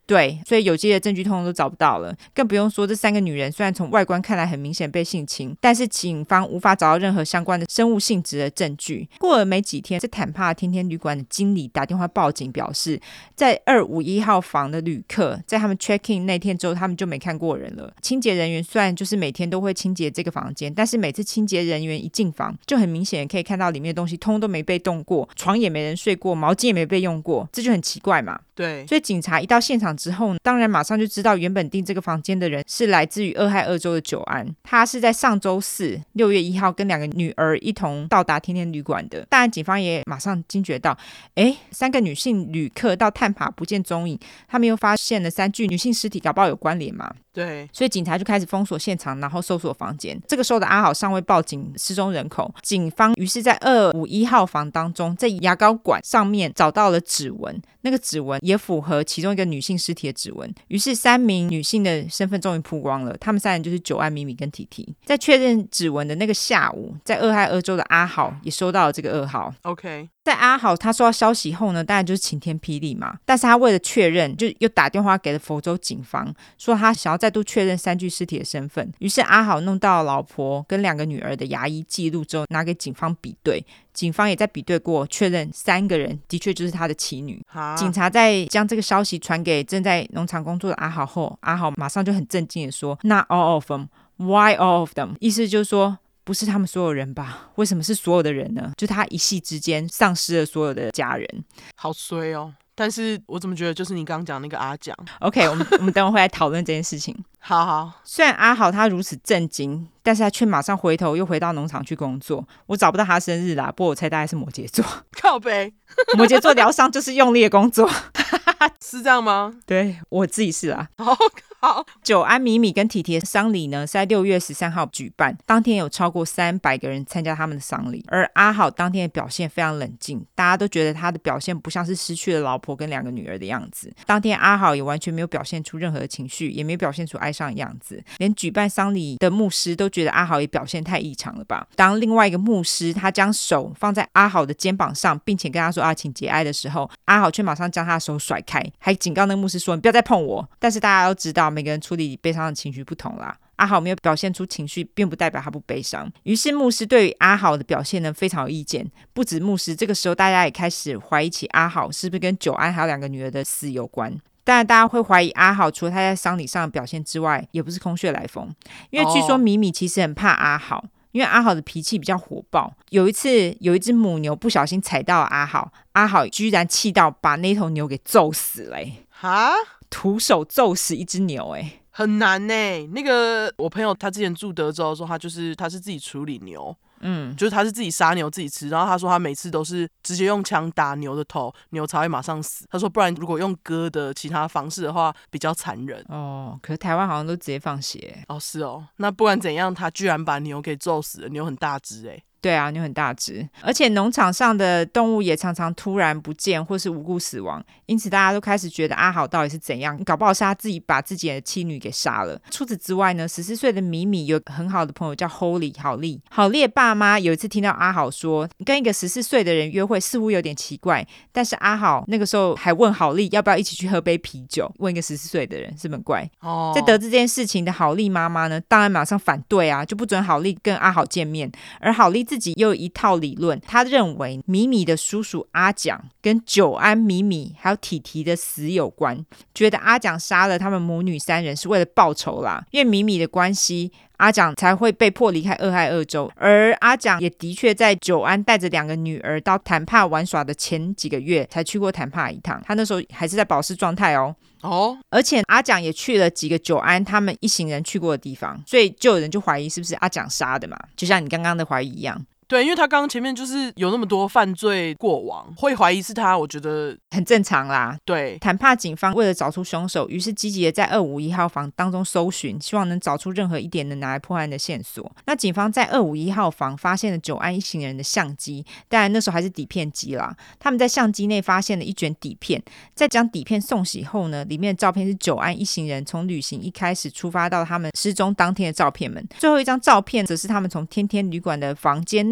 对，所以有机的证据通通都找不到了，更不用说这三个女人虽然从外观看来很明显被性侵，但是警方无法找到任何相关的生物性质的证据。过了没几天，在坦帕天天旅馆的经理打电话报警，表示在二五一号房的旅客在他们 check in 那天之后他们就没看过人了。清洁人员虽然就是每天都会清洁这个房间，但是每次清洁人员一进房就很明显可以看到里面的东西通通都没被动过，床也没人睡过，毛巾也没被用过，这就很奇怪嘛。 对， 所以警察一到现场之后，当然马上就知道原本订这个房间的人是来自于俄亥俄州的久安，他是在上周四六月一号跟两个女儿一同到达天天旅馆的。当然警方也马上惊觉到，诶，三个女性旅客到探爬不见踪影，他们又发现了三具女性尸体，搞不好有关联嘛。 对， 所以警察就开始封锁现场，然后搜索房间。这个时候的阿好尚未报警失踪人口，警方于是在二五一号房当中，在牙膏管上面找到了指纹，那个指纹也符合其中一个女性尸体的指纹。于是三名女性的身份终于曝光了，他们三人就是久安、米米跟提提。在确认指纹的那个下午，在俄亥俄州的阿好也收到了这个噩耗。 OK， 在阿好他收到消息后呢，当然就是晴天霹雳嘛。但是他为了确认，就又打电话给了佛州警方，说他想要再度确认三具尸体的身份。于是阿好弄到老婆跟两个女儿的牙医记录之后，拿给警方比对。警方也在比对过，确认三个人的确就是他的妻女。警察在将这个消息传给正在农场工作的阿好后，阿好马上就很震惊的说 Not all of them, why all of them？ 意思就是说不是他们所有人吧？为什么是所有的人呢？就他一夕之间丧失了所有的家人， 好衰哦。但是我怎么觉得就是你刚刚讲那个阿蒋。 OK， 我们我们等会会来讨论这件事情。 好好， 虽然阿好他如此震惊，但是他却马上回头又回到农场去工作。我找不到他生日啦，不过我猜大概是摩羯座。 靠北摩羯座疗伤就是用力的工作。 是这样吗？ 对，我自己是啦。 好好， 久安、米米跟提提的丧礼呢是在六月十三号举办，当天有超过三百个人参加他们的丧礼。而阿好当天的表现非常冷静，大家都觉得他的表现不像是失去了老婆跟两个女儿的样子。当天阿好也完全没有表现出任何的情绪，也没有表现出哀伤的样子，连举办丧礼的牧师都觉得阿好也表现太异常了吧。当另外一个牧师他将手放在阿好的肩膀上，并且跟他说啊请节哀的时候，阿好却马上将他的手甩开，还警告那个牧师说你不要再碰我。但是大家都知道每个人处理悲伤的情绪不同啦，阿好没有表现出情绪并不代表他不悲伤。于是牧师对于阿好的表现呢非常有意见，不止牧师，这个时候大家也开始怀疑起阿好是不是跟久安还有两个女儿的死有关。当然大家会怀疑阿好除了他在丧礼上的表现之外也不是空穴来风，因为据说米米其实很怕阿好，因为阿好的脾气比较火爆。有一次有一只母牛不小心踩到了阿好，阿好居然气到把那头牛给揍死了、欸、 哈， 徒手揍死一只牛、欸、 很难呢。那个我朋友他之前住德州的时候，他就是他是自己处理牛，嗯，就是他是自己杀牛自己吃，然后他说他每次都是直接用枪打牛的头，牛才会马上死。他说不然如果用割的其他方式的话比较残忍。 哦，可是台湾好像都直接放血。 哦，是哦，那不管怎样，他居然把牛给揍死了，牛很大只哎。 对啊，牛很大只，而且农场上的动物也常常突然不见或是无故死亡，因此大家都开始觉得阿好到底是怎样，搞不好是他自己把自己的妻女给杀了。除此之外呢，十四岁的米米有很好的朋友叫 Holly 好利，好利的爸妈有一次听到阿好说跟一个十四岁的人约会似乎有点奇怪，但是阿好那个时候还问好利要不要一起去喝杯啤酒，问一个十四岁的人是不是很怪、哦、在得知这件事情的好利妈妈呢当然马上反对啊，就不准好利跟阿好见面。而好利自己又有一套理论，他认为米米的叔叔阿蒋跟久安、米米还有提提的死有关，觉得阿蒋杀了他们母女三人是为了报仇啦，因为米米的关系阿蒋才会被迫离开俄亥俄州，而阿蒋也的确在久安带着两个女儿到坦帕玩耍的前几个月才去过坦帕一趟，他那时候还是在保释状态哦。哦，而且阿蒋也去了几个久安他们一行人去过的地方，所以就有人就怀疑是不是阿蒋杀的嘛，就像你刚刚的怀疑一样。 对，因为他刚刚前面就是有那么多犯罪过往，会怀疑是他，我觉得很正常啦。 对， 坦帕警方为了找出凶手，于是积极的在二五一号房当中搜寻，希望能找出任何一点能拿来破案的线索。那警方在二五一号房发现了久安一行人的相机，当然那时候还是底片机啦。他们在相机内发现了一卷底片，在将底片送洗后呢，里面的照片是久安一行人从旅行一开始出发到他们失踪当天的照片们。最后一张照片则是他们从天天旅馆的房间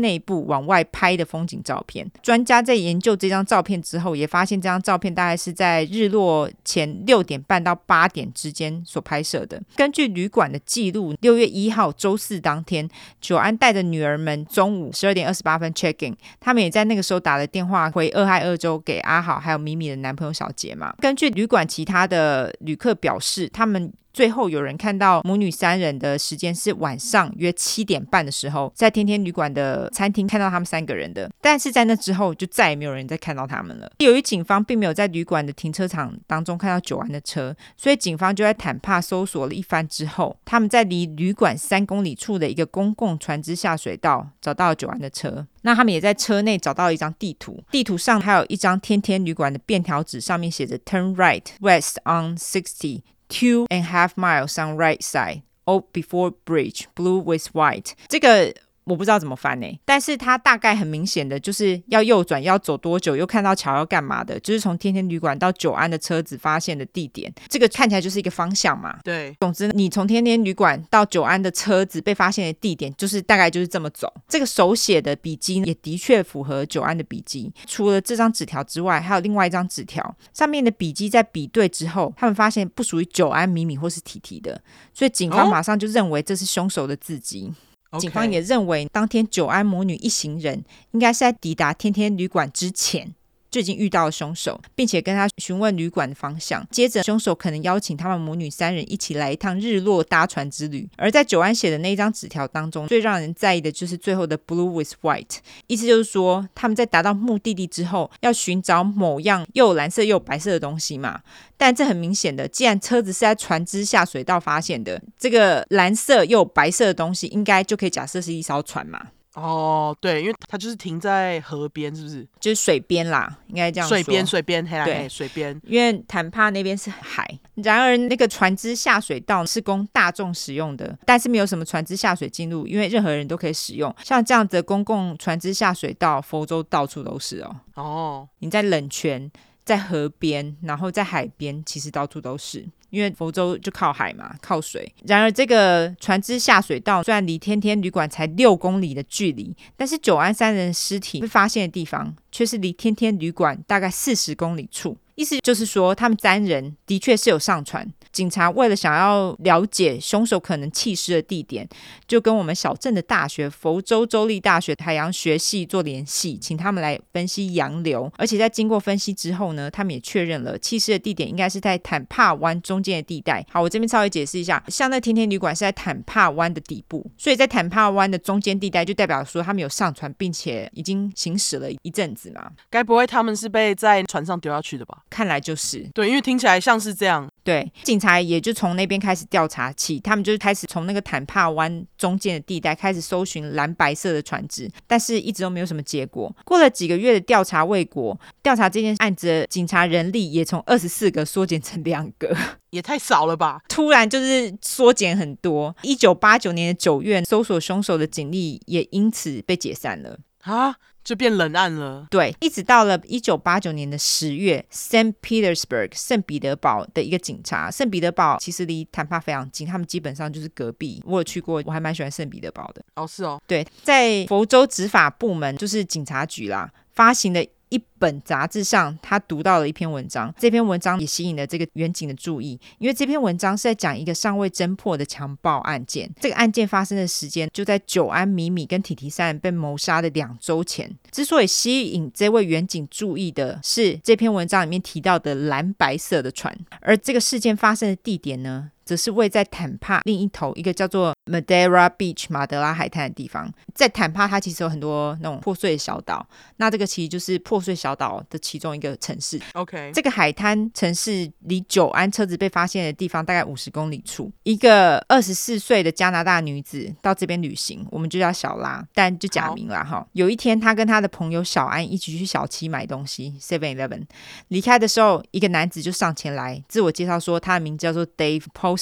内部往外拍的风景照片。专家在研究这张照片之后，也发现这张照片大概是在日落前六点半到八点之间所拍摄的。根据旅馆的记录，六月一号周四当天，久安带着女儿们中午十二点二十八分 check in， 他们也在那个时候打了电话回俄亥俄州给阿好还有米米的男朋友小杰嘛。根据旅馆其他的旅客表示，他们最后有人看到母女三人的时间是晚上约七点半的时候，在天天旅馆的餐厅看到他们三个人的，但是在那之后就再也没有人再看到他们了。由于警方并没有在旅馆的停车场当中看到久安的车，所以警方就在坦帕搜索了一番之后，他们在离旅馆三公里处的一个公共船只下水道找到了久安的车。那他们也在车内找到了一张地图，地图上还有一张天天旅馆的便条纸，上面写着 Turn right west on sixty,Two and a half miles on right side, Old Before Bridge, blue with white. 这个我不知道怎么翻呢，但是它大概很明显的就是要右转，要走多久，又看到桥要干嘛的，就是从天天旅馆到久安的车子发现的地点，这个看起来就是一个方向嘛。 对， 总之你从天天旅馆到久安的车子被发现的地点，就是大概就是这么走。这个手写的笔记也的确符合久安的笔记，除了这张纸条之外，还有另外一张纸条，上面的笔记在比对之后，他们发现不属于久安、米米或是提提的，所以警方马上就认为这是凶手的字迹。 Okay. 警方也认为当天久安母女一行人应该是在抵达天天旅馆之前就已经遇到了凶手，并且跟他询问旅馆的方向。接着凶手可能邀请他们母女三人一起来一趟日落搭船之旅。而在久安写的那一张纸条当中，最让人在意的就是最后的 blue with white， 意思就是说他们在达到目的地之后要寻找某样又有蓝色又有白色的东西嘛。但这很明显的，既然车子是在船只下水道发现的，这个蓝色又有白色的东西应该就可以假设是一艘船嘛。 哦，对，因为它就是停在河边，是不是？ 就是水边啦，应该这样说。 水边，水边，嘿啦， 对， 嘿水边。 因为坦帕那边是海，然而那个船只下水道是供大众使用的，但是没有什么船只下水进入，因为任何人都可以使用。像这样子的公共船只下水道，佛州到处都是哦。 哦， 你在冷泉，在河边，然后在海边，其实到处都是。因为佛州就靠海嘛，靠水。然而这个船只下水道虽然离天天旅馆才六公里的距离，但是久安三人的尸体被发现的地方却是离天天旅馆大概四十公里处。意思就是说他们三人的确是有上船，警察为了想要了解凶手可能弃尸的地点，就跟我们小镇的大学佛州州立大学海洋学系做联系，请他们来分析洋流。而且在经过分析之后呢，他们也确认了弃尸的地点应该是在坦帕湾中间的地带。好，我这边稍微解释一下，像那天天旅馆是在坦帕湾的底部，所以在坦帕湾的中间地带就代表说他们有上船并且已经行驶了一阵子嘛。 该不会他们是被在船上丢下去的吧？ 看来就是。 对，因为听起来像是这样。 对，警察也就从那边开始调查起，他们就开始从那个坦帕湾中间的地带开始搜寻蓝白色的船只，但是一直都没有什么结果。过了几个月的调查未果，调查这件案子的警察人力也从二十四个缩减成两个， 也太少了吧？ 突然就是缩减很多。一九八九年的九月，搜索凶手的警力也因此被解散了啊，就变冷案了。 对，一直到了一九八九年的十月 Saint Petersburg 圣彼得堡的一个警察，圣彼得堡其实离坦帕非常近，他们基本上就是隔壁。我有去过，我还蛮喜欢圣彼得堡的。 哦，是哦。 对，在佛州执法部门，就是警察局啦，发行的一本杂志上，他读到了一篇文章，这篇文章也吸引了这个远警的注意，因为这篇文章是在讲一个尚未侦破的强暴案件。这个案件发生的时间就在久安、米米跟体提三人被谋杀的两周前。之所以吸引这位远警注意的是这篇文章里面提到的蓝白色的船，而这个事件发生的地点呢，则是位在坦帕另一头一个叫做 Madeira Beach 马德拉海滩的地方。在坦帕它其实有很多那种破碎的小岛，那这个其实就是破碎小岛的其中一个城市。 OK， 这个海滩城市离久安车子被发现的地方大概五十公里处。一个二十四岁的加拿大女子到这边旅行，我们就叫小拉，但就假名啦哈。有一天她跟她的朋友小安一起去小七买东西 seven eleven， 离开的时候一个男子就上前来自我介绍说他的名字叫做 Dave Paulson，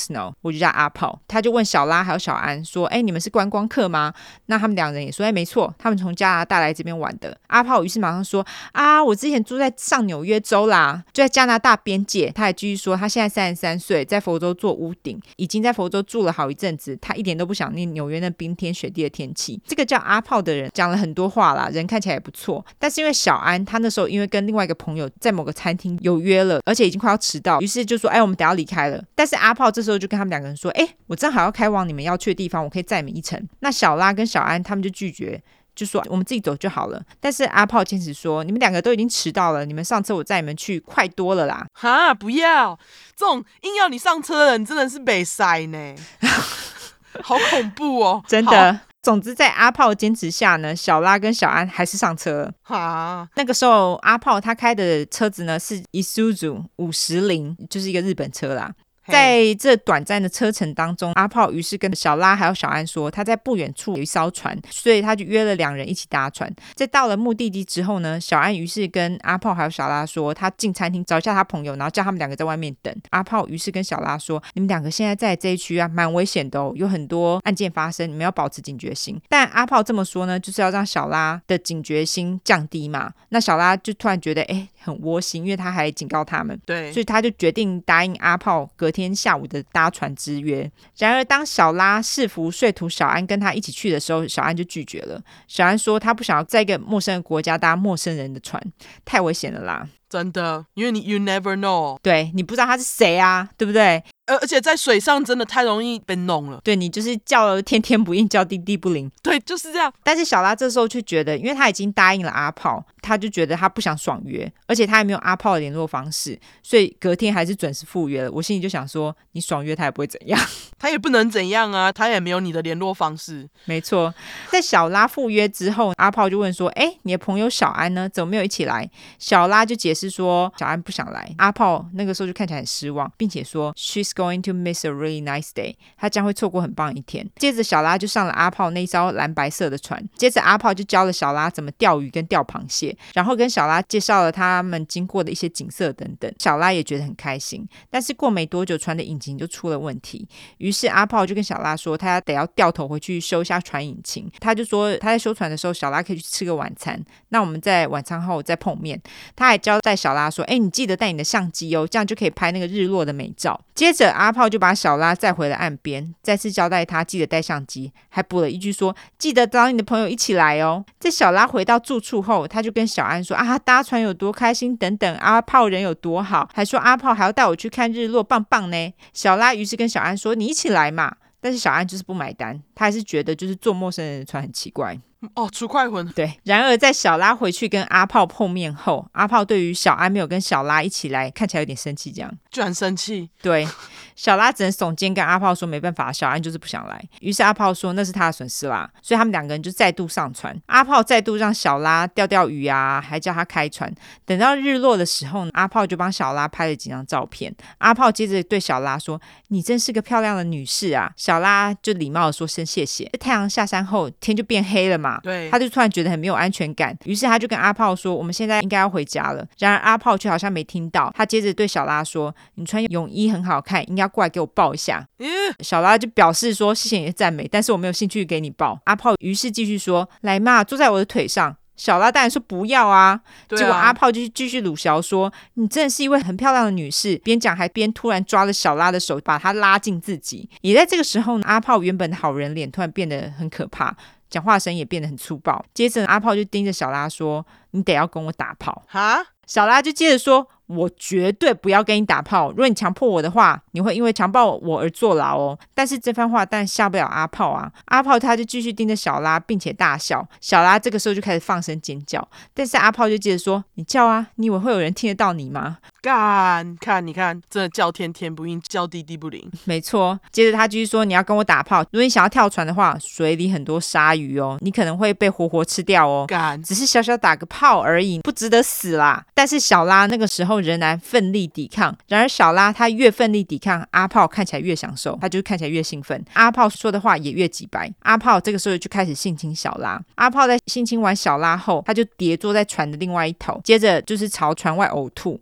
Snow， 我就叫阿炮。他就问小拉还有小安说，哎，你们是观光客吗？那他们两人也说，哎，没错，他们从加拿大来这边玩的。阿炮于是马上说，啊，我之前住在上纽约州啦，就在加拿大边界。他还继续说，他现在三十三岁，在佛州做屋顶，已经在佛州住了好一阵子，他一点都不想念纽约那冰天雪地的天气。这个叫阿炮的人讲了很多话啦，人看起来也不错，但是因为小安他那时候因为跟另外一个朋友在某个餐厅有约了，而且已经快要迟到，于是就说，哎，我们等一下离开了。但是阿炮这时候就跟他们两个人说，哎，我正好要开往你们要去的地方，我可以载你们一程。那小拉跟小安他们就拒绝，就说我们自己走就好了。但是阿炮坚持说，你们两个都已经迟到了，你们上车我载你们去，快多了啦。 哈，不要，这种硬要你上车的人真的是北塞呢。好恐怖哦， 真的。总之在阿炮坚持下呢，小拉跟小安还是上车了。 哈， 那个时候阿炮他开的车子呢是 Isuzu 五十铃，就是一个日本车啦。在这短暂的车程当中，阿炮于是跟小拉还有小安说，他在不远处有一艘船，所以他就约了两人一起搭船。在到了目的地之后呢，小安于是跟阿炮还有小拉说，他进餐厅找一下他朋友，然后叫他们两个在外面等。阿炮于是跟小拉说，你们两个现在在这一区啊，蛮危险的哦，有很多案件发生，你们要保持警觉心。但阿炮这么说呢，就是要让小拉的警觉心降低嘛。那小拉就突然觉得哎，很窝心，因为他还警告他们， 对， 所以他就决定答应阿炮隔天下午的搭船之约。然而当小拉试图说服小安跟他一起去的时候，小安就拒绝了。小安说他不想要在一个陌生的国家搭陌生人的船，太危险了啦。 真的，因为你 you never know， 对，你不知道他是谁啊，对不对？ 而而且在水上真的太容易被弄了。 对，你就是叫了天天不应，叫地地不灵。 对，就是这样。 但是小拉这时候却觉得，因为他已经答应了阿炮，他就觉得他不想爽约，而且他也没有阿炮的联络方式，所以隔天还是准时赴约了。我心里就想说，你爽约他也不会怎样， 他也不能怎样啊，他也没有你的联络方式。 没错。在小拉赴约之后，阿炮就问说，哎，你的朋友小安呢？怎么没有一起来？小拉就解释说，小安不想来。阿炮那个时候就看起来很失望，并且说 She's going to miss a really nice day， 他将会错过很棒一天。接着小拉就上了阿炮那艘蓝白色的船，接着阿炮就教了小拉怎么钓鱼跟钓螃蟹，然后跟小拉介绍了他们经过的一些景色等等。小拉也觉得很开心。但是过没多久，船的引擎就出了问题，于是阿炮就跟小拉说，他得要掉头回去修一下船引擎。他就说他在修船的时候，小拉可以去吃个晚餐，那我们在晚餐后再碰面。他还交代小拉说，哎，你记得带你的相机哦，这样就可以拍那个日落的美照。接着阿炮就把小拉载回了岸边，再次交代他记得带相机，还补了一句说，记得找你的朋友一起来哦。在小拉回到住处后，他就跟小安说，啊，搭船有多开心等等，阿炮人有多好，还说阿炮还要带我去看日落，棒棒呢。小拉于是跟小安说，你一起来嘛。但是小安就是不买单，他还是觉得就是坐陌生人的船很奇怪。 哦，出快魂。 对，然而在小拉回去跟阿炮碰面后，阿炮对于小安没有跟小拉一起来，看起来有点生气，这样居然生气。 对，小拉只能耸肩跟阿炮说没办法，小安就是不想来。于是阿炮说那是他的损失啦，所以他们两个人就再度上船。阿炮再度让小拉钓钓鱼啊，还叫他开船。等到日落的时候，阿炮就帮小拉拍了几张照片。阿炮接着对小拉说，你真是个漂亮的女士啊。小拉就礼貌的说声谢谢。太阳下山后，天就变黑了嘛， 对， 他就突然觉得很没有安全感，于是他就跟阿炮说，我们现在应该要回家了。然而阿炮却好像没听到，他接着对小拉说，你穿泳衣很好看，应该过来给我抱一下。 嗯、 小拉就表示说，谢谢你的赞美，但是我没有兴趣给你抱。阿炮于是继续说，来嘛，坐在我的腿上。小拉当然说不要啊， 对啊， 结果阿炮就继续鲁小说，你真的是一位很漂亮的女士，边讲还边突然抓了小拉的手，把她拉近自己。也在这个时候呢，阿炮原本的好人脸突然变得很可怕，讲话声也变得很粗暴。接着阿炮就盯着小拉说，你得要跟我打炮。 哈， 小拉就接着说，我绝对不要跟你打炮，如果你强迫我的话，你会因为强暴我而坐牢哦。但是这番话当然吓不了阿炮啊。阿炮他就继续盯着小拉并且大笑，小拉这个时候就开始放声尖叫，但是阿炮就接着说，你叫啊，你以为会有人听得到你吗？ 干，看你看，真的叫天天不应，叫地地不灵。 没错，接着他继续说，你要跟我打炮，如果你想要跳船的话，水里很多鲨鱼哦，你可能会被活活吃掉哦。 干， 只是小小打个炮而已，不值得死啦。但是小拉那个时候仍然奋力抵抗，然而小拉他越奋力抵抗，阿炮看起来越享受，他就看起来越兴奋，阿炮说的话也越直白。阿炮这个时候就开始性侵小拉。阿炮在性侵完小拉后，他就跌坐在船的另外一头，接着就是朝船外呕吐。在呕吐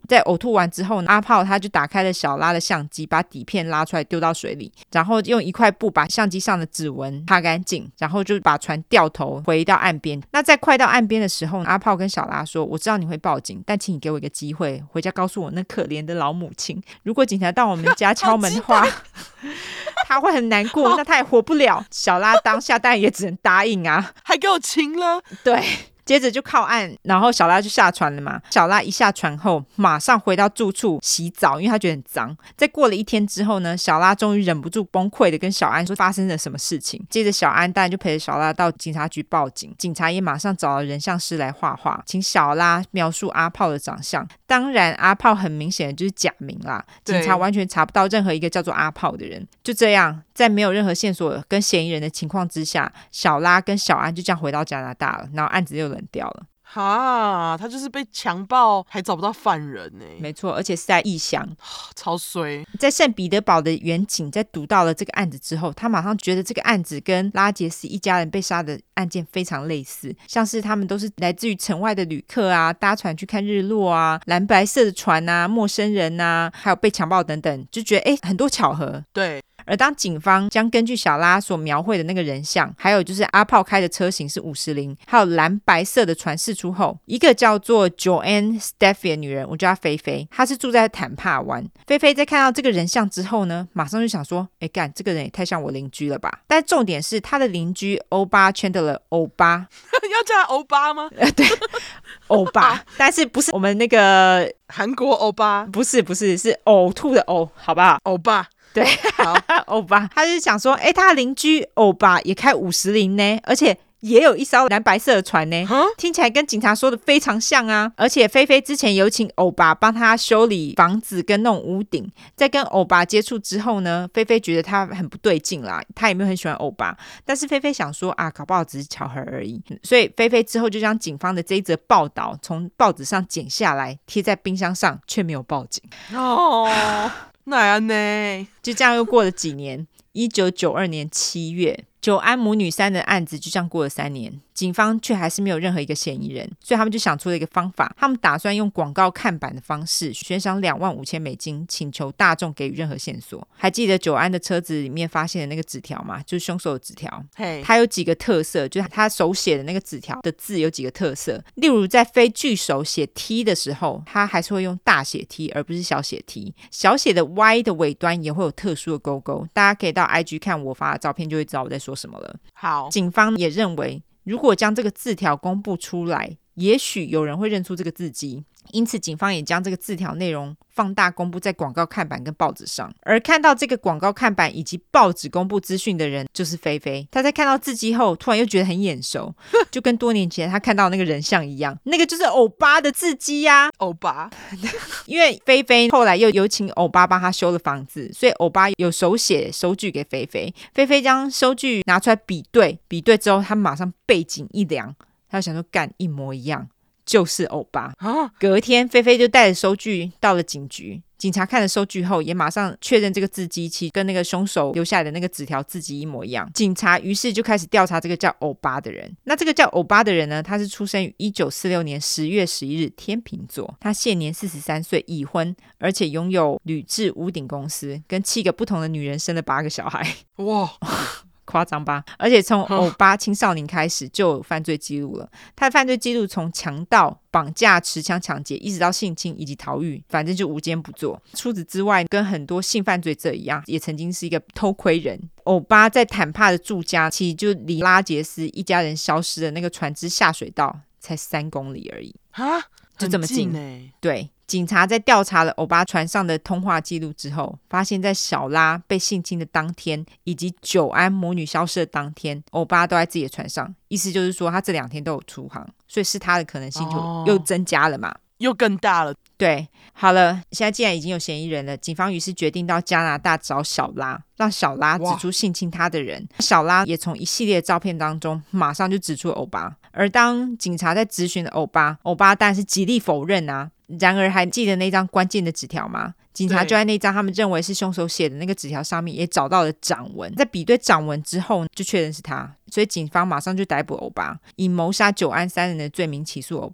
吐完之后，阿炮他就打开了小拉的相机，把底片拉出来丢到水里，然后用一块布把相机上的指纹擦干净，然后就把船掉头回到岸边。那在快到岸边的时候，阿炮跟小拉说，我知道你会报警，但请你给我一个机会，回家告诉我那可怜的老母亲，如果警察到我们家敲门的话他会很难过，那他也活不了。小拉当下当然也只能答应啊， 还给我亲了。 对，接着就靠岸，然后小拉就下船了嘛。小拉一下船后，马上回到住处洗澡，因为他觉得很脏。在过了一天之后呢，小拉终于忍不住崩溃的跟小安说发生了什么事情。接着小安当然就陪着小拉到警察局报警，警察也马上找了人像师来画画，请小拉描述阿炮的长相。当然阿炮很明显的就是假名啦，警察完全查不到任何一个叫做阿炮的人。就这样，在没有任何线索跟嫌疑人的情况之下，小拉跟小安就这样回到加拿大了，然后案子又冷掉了。 哈，他就是被强暴还找不到犯人呢、欸。 没错，而且是在异乡， 超衰。 在圣彼得堡的远景在读到了这个案子之后，他马上觉得这个案子跟拉杰斯一家人被杀的案件非常类似，像是他们都是来自于城外的旅客啊，搭船去看日落啊，蓝白色的船啊，陌生人啊，还有被强暴等等，就觉得哎，很多巧合。 对。 而当警方将根据小拉所描绘的那个人像，还有就是阿炮开的车型是五十铃，还有蓝白色的船释出后，一个叫做 Joanne Steffy 的女人，我叫她菲菲，她是住在坦帕湾。菲菲在看到这个人像之后呢，马上就想说，哎干，这个人也太像我邻居了吧。但重点是她的邻居欧巴 Chandler 欧巴要叫他欧巴吗？ 对，欧巴，但是不是我们那个韩国欧巴， 不是不是，是呕吐的呕，好不好？ 欧巴。 对，欧巴，他就想说，哎，他的邻居欧巴也开五十铃呢，而且也有一艘蓝白色的船呢，听起来跟警察说的非常像啊。而且菲菲之前有请欧巴帮他修理房子跟弄屋顶，在跟欧巴接触之后呢，菲菲觉得他很不对劲啦，他也没有很喜欢欧巴，但是菲菲想说啊，搞不好只是巧合而已，所以菲菲之后就将警方的这一则报道从报纸上剪下来贴在冰箱上，却没有报警哦。那样呢？ 就这样又过了几年，一九九二年七月，九安母女三的案子就这样过了三年，警方却还是没有任何一个嫌疑人，所以他们就想出了一个方法，他们打算用广告看板的方式悬赏两万五千美金，请求大众给予任何线索。还记得九安的车子里面发现的那个纸条吗？就是凶手的纸条， hey. 它有几个特色，就是他手写的那个纸条的字有几个特色，例如在非句首写 T 的时候，他还是会用大写 T 而不是小写 T， 小写的 Y 的尾端也会有特殊的勾勾，大家可以到 I G 看我发的照片就会知道我在说什么了。 好， 警方也认为如果将这个字条公布出来，也许有人会认出这个字迹，因此警方也将这个字条内容放大公布在广告看板跟报纸上。而看到这个广告看板以及报纸公布资讯的人就是菲菲，他在看到字迹后突然又觉得很眼熟，就跟多年前他看到那个人像一样，那个就是欧巴的字迹啊。 欧巴因为菲菲后来又有请欧巴帮他修了房子，所以欧巴有手写收据给菲菲，菲菲将收据拿出来比对，比对之后他马上背景一凉，他就想说干一模一样，就是欧巴。隔天菲菲就带着收据到了警局，警察看了收据后也马上确认这个字迹其实跟那个凶手留下来的那个纸条字迹一模一样。警察于是就开始调查这个叫欧巴的人。那这个叫欧巴的人呢，他是出生于一九四六年十月十一日，天秤座，他现年四十三岁，已婚，而且拥有铝制屋顶公司，跟七个不同的女人生了八个小孩。 哇， 夸张吧？而且从欧巴青少年开始就有犯罪记录了，他的犯罪记录从强盗、绑架、持枪抢劫，一直到性侵以及逃狱，反正就无坚不作。除此之外，跟很多性犯罪者一样，也曾经是一个偷窥人。欧巴在坦帕的住家其实就离拉杰斯一家人消失的那个船只下水道才三公里而已，就这么近。 欸、 对，警察在调查了欧巴船上的通话记录之后，发现在小拉被性侵的当天以及九安母女消失的当天，欧巴都在自己的船上，意思就是说他这两天都有出航，所以是他的可能性就又增加了嘛、哦、 又更大了。 对，好了，现在既然已经有嫌疑人了，警方于是决定到加拿大找小拉，让小拉指出性侵他的人。小拉也从一系列的照片当中马上就指出欧巴。而当警察在质询欧巴，欧巴当然是极力否认啊。然而还记得那张关键的纸条吗？警察就在那张他们认为是凶手写的那个纸条上面也找到了掌纹，在比对掌纹之后就确认是他，所以警方马上就逮捕欧巴，以谋杀九安三人的罪名起诉欧巴。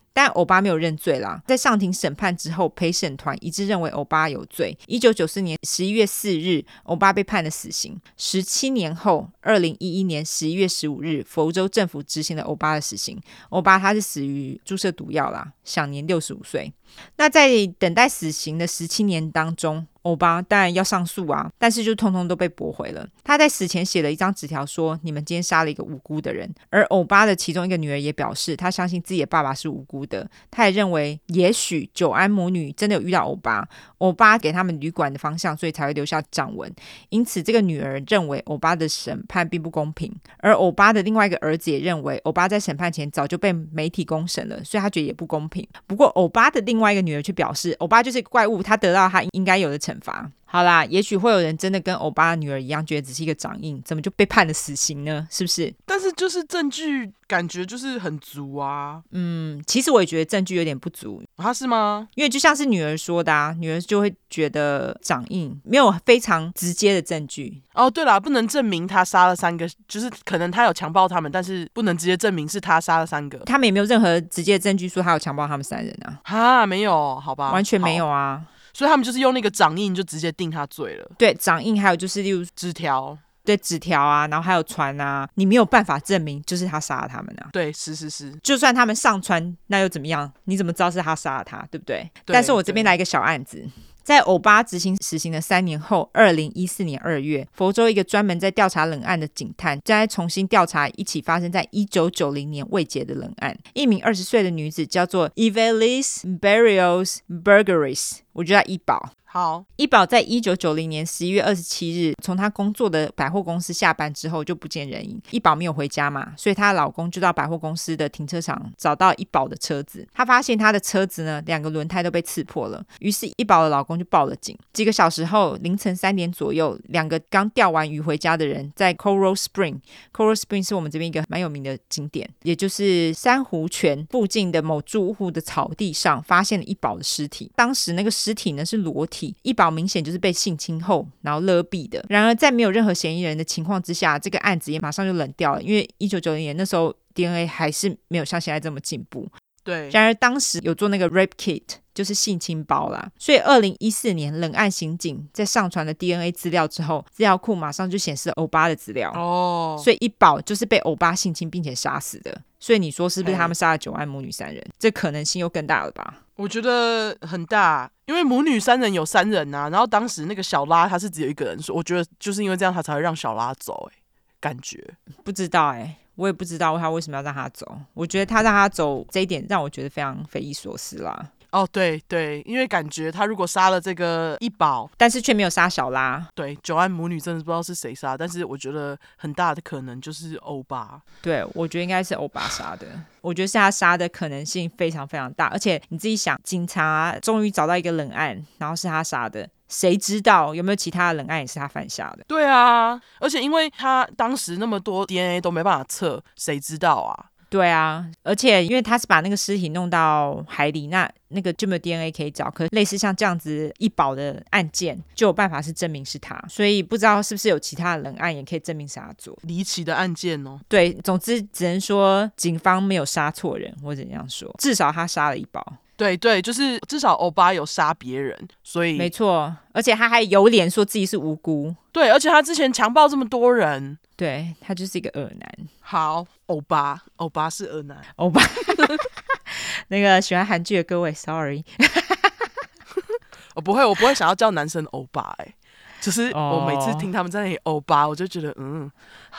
但欧巴没有认罪啦。在上庭审判之后，陪审团一致认为欧巴有罪。一九九四年十一月四日，欧巴被判了死刑。十七年后，二零一一年十一月十五日，佛州政府执行了欧巴的死刑。欧巴他是死于注射毒药啦，享年六十五岁。那在等待死刑的十七年当中，欧巴当然要上诉啊，但是就通通都被驳回了。他在死前写了一张纸条说，你们今天杀了一个无辜的人。而欧巴的其中一个女儿也表示，她相信自己的爸爸是无辜的。她也认为也许久安母女真的有遇到欧巴，欧巴给他们旅馆的方向，所以才会留下掌纹。因此这个女儿认为欧巴的审判并不公平。而欧巴的另外一个儿子也认为欧巴在审判前早就被媒体公审了，所以他觉得也不公平。不过欧巴的另外一个女儿却表示，欧巴就是一个怪物，他得到他应该有的惩罚。好啦，也许会有人真的跟欧巴的女儿一样，觉得只是一个掌印，怎么就被判了死刑呢？是不是？ 但是就是证据感觉就是很足啊。 嗯，其实我也觉得证据有点不足。 他、啊、是吗？ 因为就像是女儿说的啊，女儿就会觉得掌印没有非常直接的证据。 哦，对啦，不能证明他杀了三个，就是可能他有强暴他们，但是不能直接证明是他杀了三个。 他们也没有任何直接的证据说他有强暴他们三人啊。 哈，没有，好吧， 完全没有啊。 所以他们就是用那个掌印就直接定他罪了。 对，掌印还有就是例如纸条， 对，纸条啊，然后还有传啊，你没有办法证明就是他杀了他们啊。 对，是是是， 就算他们上传，那又怎么样？你怎么知道是他杀了他，对不对？ 对， 但是我这边来一个小案子。在欧巴执行死刑的三年后，二零一四年二月，佛州一个专门在调查冷案的警探，正在重新调查一起发生在一九九零年未解的冷案。一名二十岁的女子叫做 Evelise Barrios Bergeris， 我叫她一宝。 好， 一宝在一九九零年十一月二十七日从她工作的百货公司下班之后就不见人影。一宝没有回家嘛，所以她的老公就到百货公司的停车场找到一宝的车子。他发现她的车子呢，两个轮胎都被刺破了，于是一宝的老公就报了警。几个小时后，凌晨三点左右，两个刚钓完鱼回家的人在 Coral Spring Coral Spring 是我们这边一个蛮有名的景点，也就是珊瑚泉附近的某住户的草地上发现了一宝的尸体。当时那个尸体呢是裸体，一宝明显就是被性侵后然后勒毙的。然而在没有任何嫌疑人的情况之下，这个案子也马上就冷掉了，因为一九九零年那时候 D N A 还是没有像现在这么进步。 对， 然而当时有做那个 rape kit， 就是性侵包啦，所以二零一四年冷案刑警在上传了 D N A 资料之后，资料库马上就显示欧巴的资料。 哦， 所以一宝就是被欧巴性侵并且杀死的。所以你说是不是他们杀了九安母女三人？这可能性又更大了吧？ 我觉得很大，因为母女三人有三人啊，然后当时那个小拉他是只有一个人，所以我觉得就是因为这样他才会让小拉走、欸，感觉不知道哎、欸，我也不知道他为什么要让他走。我觉得他让他走这一点让我觉得非常匪夷所思啦。 哦，对对，因为感觉他如果杀了这个一宝， 但是却没有杀小拉， 对，九安母女真的不知道是谁杀，但是我觉得很大的可能就是欧巴。 对，我觉得应该是欧巴杀的，我觉得是他杀的可能性非常非常大。而且你自己想，警察终于找到一个冷案，然后是他杀的，谁知道有没有其他的冷案也是他犯下的？ 对啊，而且因为他当时那么多 D N A 都没办法测，谁知道啊？ 对啊，而且因为他是把那个尸体弄到海里，那那个就没有 D N A 可以找，可是类似像这样子一宝的案件就有办法是证明是他，所以不知道是不是有其他的人案也可以证明是他做。 离奇的案件哦。 对，总之只能说警方没有杀错人，或者这样说，至少他杀了一宝。 对对，就是至少欧巴有杀别人，所以没错，而且他还有脸说自己是无辜。 对，而且他之前强暴这么多人， 对，他就是一个恶男。 好，欧巴，欧巴是恶男， 欧巴。那个喜欢韩剧的各位 ，sorry， 我不会，我不会想要叫男生欧巴、欸，哎，就是我每次听他们在那里欧巴，我就觉得嗯，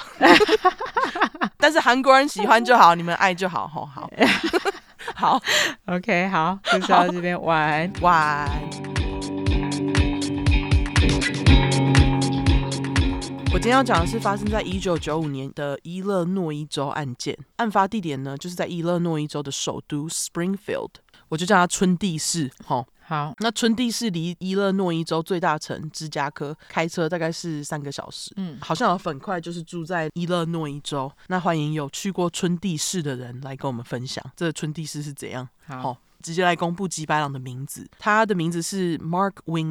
但是韩国人喜欢就好，你们爱就好，好好。好 ，OK， 好，就到这边，晚安， 晚安。我今天要讲的是发生在一九九五年的伊勒诺伊州案件，案发地点呢就是在伊勒诺伊州的首都 Springfield， 我就叫它春地市。齁， 好， 那春地市离伊勒诺伊州最大城芝加哥开车大概是三个小时。嗯，好像有粉块就是住在伊勒诺伊州，那欢迎有去过春地市的人来跟我们分享这个春地市是怎样。 好， 直接来公布吉白朗的名字，他的名字是 Mark Winger。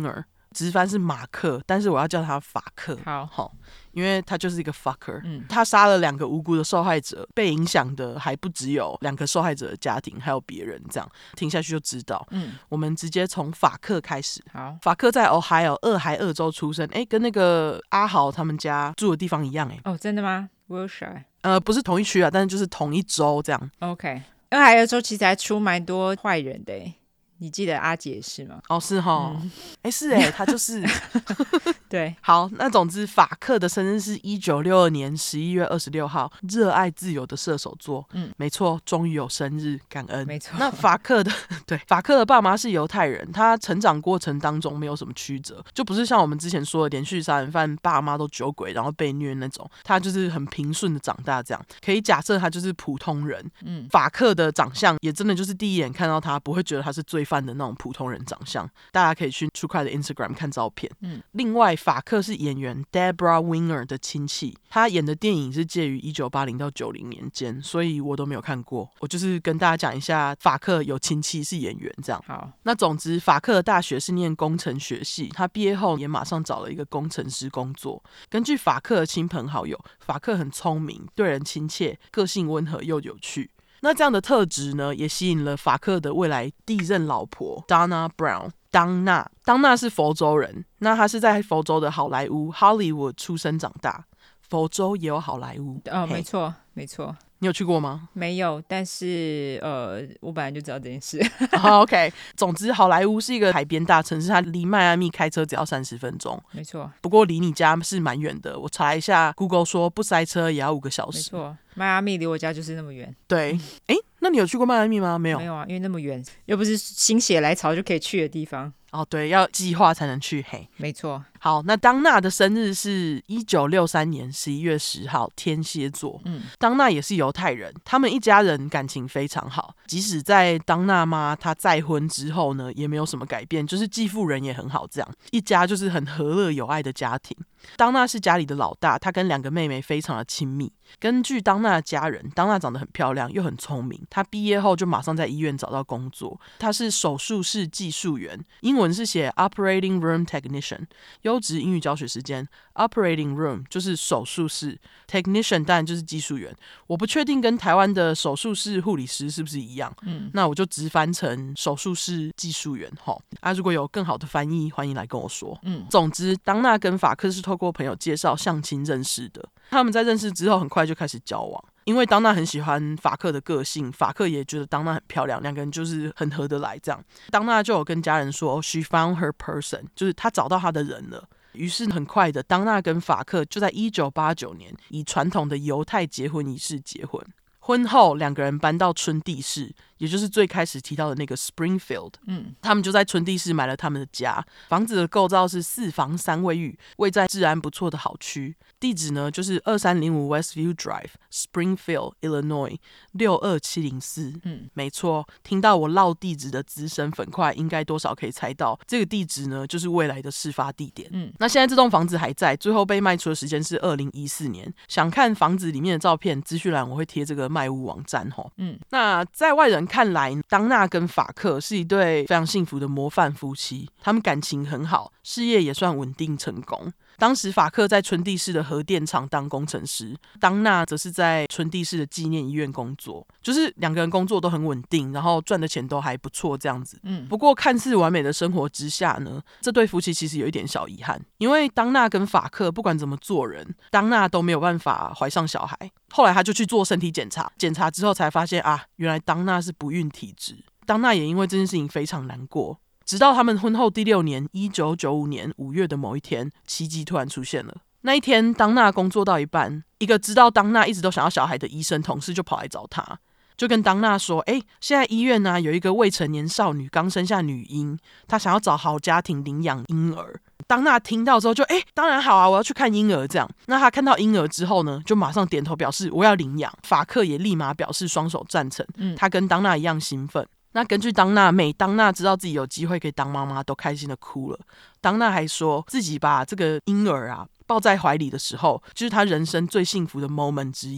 直翻是马克，但是我要叫他法克。 好， 好，因为他就是一个 fucker。 嗯， 他杀了两个无辜的受害者，被影响的还不只有两个受害者的家庭，还有别人。这样听下去就知道。 嗯， 我们直接从法克开始。 好， 法克在 Ohio 俄亥俄州出生，哎，跟那个阿豪他们家住的地方一样，哎。 哦，真的吗 ？Wilshire？ 呃，不是同一区啊，但是就是同一州这样。 OK， 俄亥俄州其实还出蛮多坏人的耶，你记得阿杰是吗？ 哦，是哈，哎、嗯，是哎，他就是对。 好，那总之法克的生日是一九六二年十一月二十六号，热爱自由的射手座。嗯，没错，终于有生日，感恩。 没错。 那法克的对法克的爸妈是犹太人，他成长过程当中没有什么曲折，就不是像我们之前说的连续杀人犯爸妈都酒鬼，然后被虐那种，他就是很平顺的长大，这样可以假设他就是普通人。嗯，法克的长相也真的就是第一眼看到他不会觉得他是罪犯的那种普通人长相，大家可以去 True Crime 的 Instagram 看照片。嗯，另外法克是演员 Debra Winger 的亲戚，他演的电影是介于一九八零到九零年间，所以我都没有看过。我就是跟大家讲一下，法克有亲戚是演员这样。 好， 那总之法克的大学是念工程学系，他毕业后也马上找了一个工程师工作。根据法克的亲朋好友，法克很聪明，对人亲切，个性温和又有趣。那这样的特质呢，也吸引了法克的未来第一任老婆 Donna Brown。当娜，当娜是佛州人，那她是在佛州的好莱坞 Hollywood 出生长大。佛州也有好莱坞哦，没错，没错。 你有去过吗？ 没有，但是呃，我本来就知道这件事。 oh, OK， 总之好莱坞是一个海边大城市，它离迈阿密开车只要三十分钟。 没错， 不过离你家是蛮远的。我查一下 ，Google 说不塞车也要五个小时。 没错，迈阿密离我家就是那么远。 对，哎、嗯，那你有去过迈阿密吗？没有， 没有啊，因为那么远，又不是心血来潮就可以去的地方。 哦，对，要计划才能去。嘿， 没错。 好，那当娜的生日是一九六三年十一月十号，天蝎座。嗯，当娜也是犹太人，他们一家人感情非常好，即使在当娜妈她再婚之后呢，也没有什么改变，就是继父人也很好，这样一家就是很和乐有爱的家庭。当娜是家里的老大，她跟两个妹妹非常的亲密。根据当娜的家人，当娜长得很漂亮又很聪明，她毕业后就马上在医院找到工作，她是手术室技术员，英文是写 Operating Room Technician。优质英语教学时间 ，Operating Room 就是手术室 ，Technician 当然就是技术员。我不确定跟台湾的手术室护理师是不是一样，嗯，那我就直翻成手术室技术员齁。啊，如果有更好的翻译，欢迎来跟我说。嗯，总之，当娜跟法克是透过朋友介绍相亲认识的，他们在认识之后很快就开始交往。因为当娜很喜欢法克的个性，法克也觉得当娜很漂亮，两个人就是很合得来这样。当娜就有跟家人说 She found her person， 就是她找到她的人了。于是很快的，当娜跟法克就在一九八九年以传统的犹太结婚仪式结婚。婚后两个人搬到春地市，也就是最开始提到的那个 Springfield。嗯，他们就在春地市买了他们的家，房子的构造是四房三卫浴，位在治安不错的好区。地址呢就是二三零五 Westview Drive Springfield Illinois 六二七零四。嗯，没错，听到我烙地址的资深粉块应该多少可以猜到，这个地址呢就是未来的事发地点。嗯，那现在这栋房子还在，最后被卖出的时间是二零一四年。想看房子里面的照片，资讯栏我会贴这个卖屋网站齁。嗯，那在外人看来，当娜跟法克是一对非常幸福的模范夫妻，他们感情很好，事业也算稳定成功。当时法克在春地市的核电厂当工程师，当娜则是在春地市的纪念医院工作，就是两个人工作都很稳定，然后赚的钱都还不错这样子。嗯，不过看似完美的生活之下呢，这对夫妻其实有一点小遗憾，因为当娜跟法克不管怎么做人，当娜都没有办法怀上小孩。后来他就去做身体检查，检查之后才发现啊，原来当娜是不孕体质。当娜也因为这件事情非常难过。直到他们婚后第六年，一九九五年五月的某一天，奇迹突然出现了。那一天，当娜工作到一半，一个知道当娜一直都想要小孩的医生同事就跑来找她，就跟当娜说：“哎，现在医院呢、啊、有一个未成年少女刚生下女婴，她想要找好家庭领养婴儿。”当娜听到之后就哎，当然好啊，我要去看婴儿这样。那她看到婴儿之后呢，就马上点头表示我要领养。法克也立马表示双手赞成，嗯，他跟当娜一样兴奋。那根据当娜，每当娜知道自己有机会可以当妈妈，都开心的哭了。当娜还说自己把这个婴儿啊抱在怀里的时候，就是她人生最幸福的 moment 之一。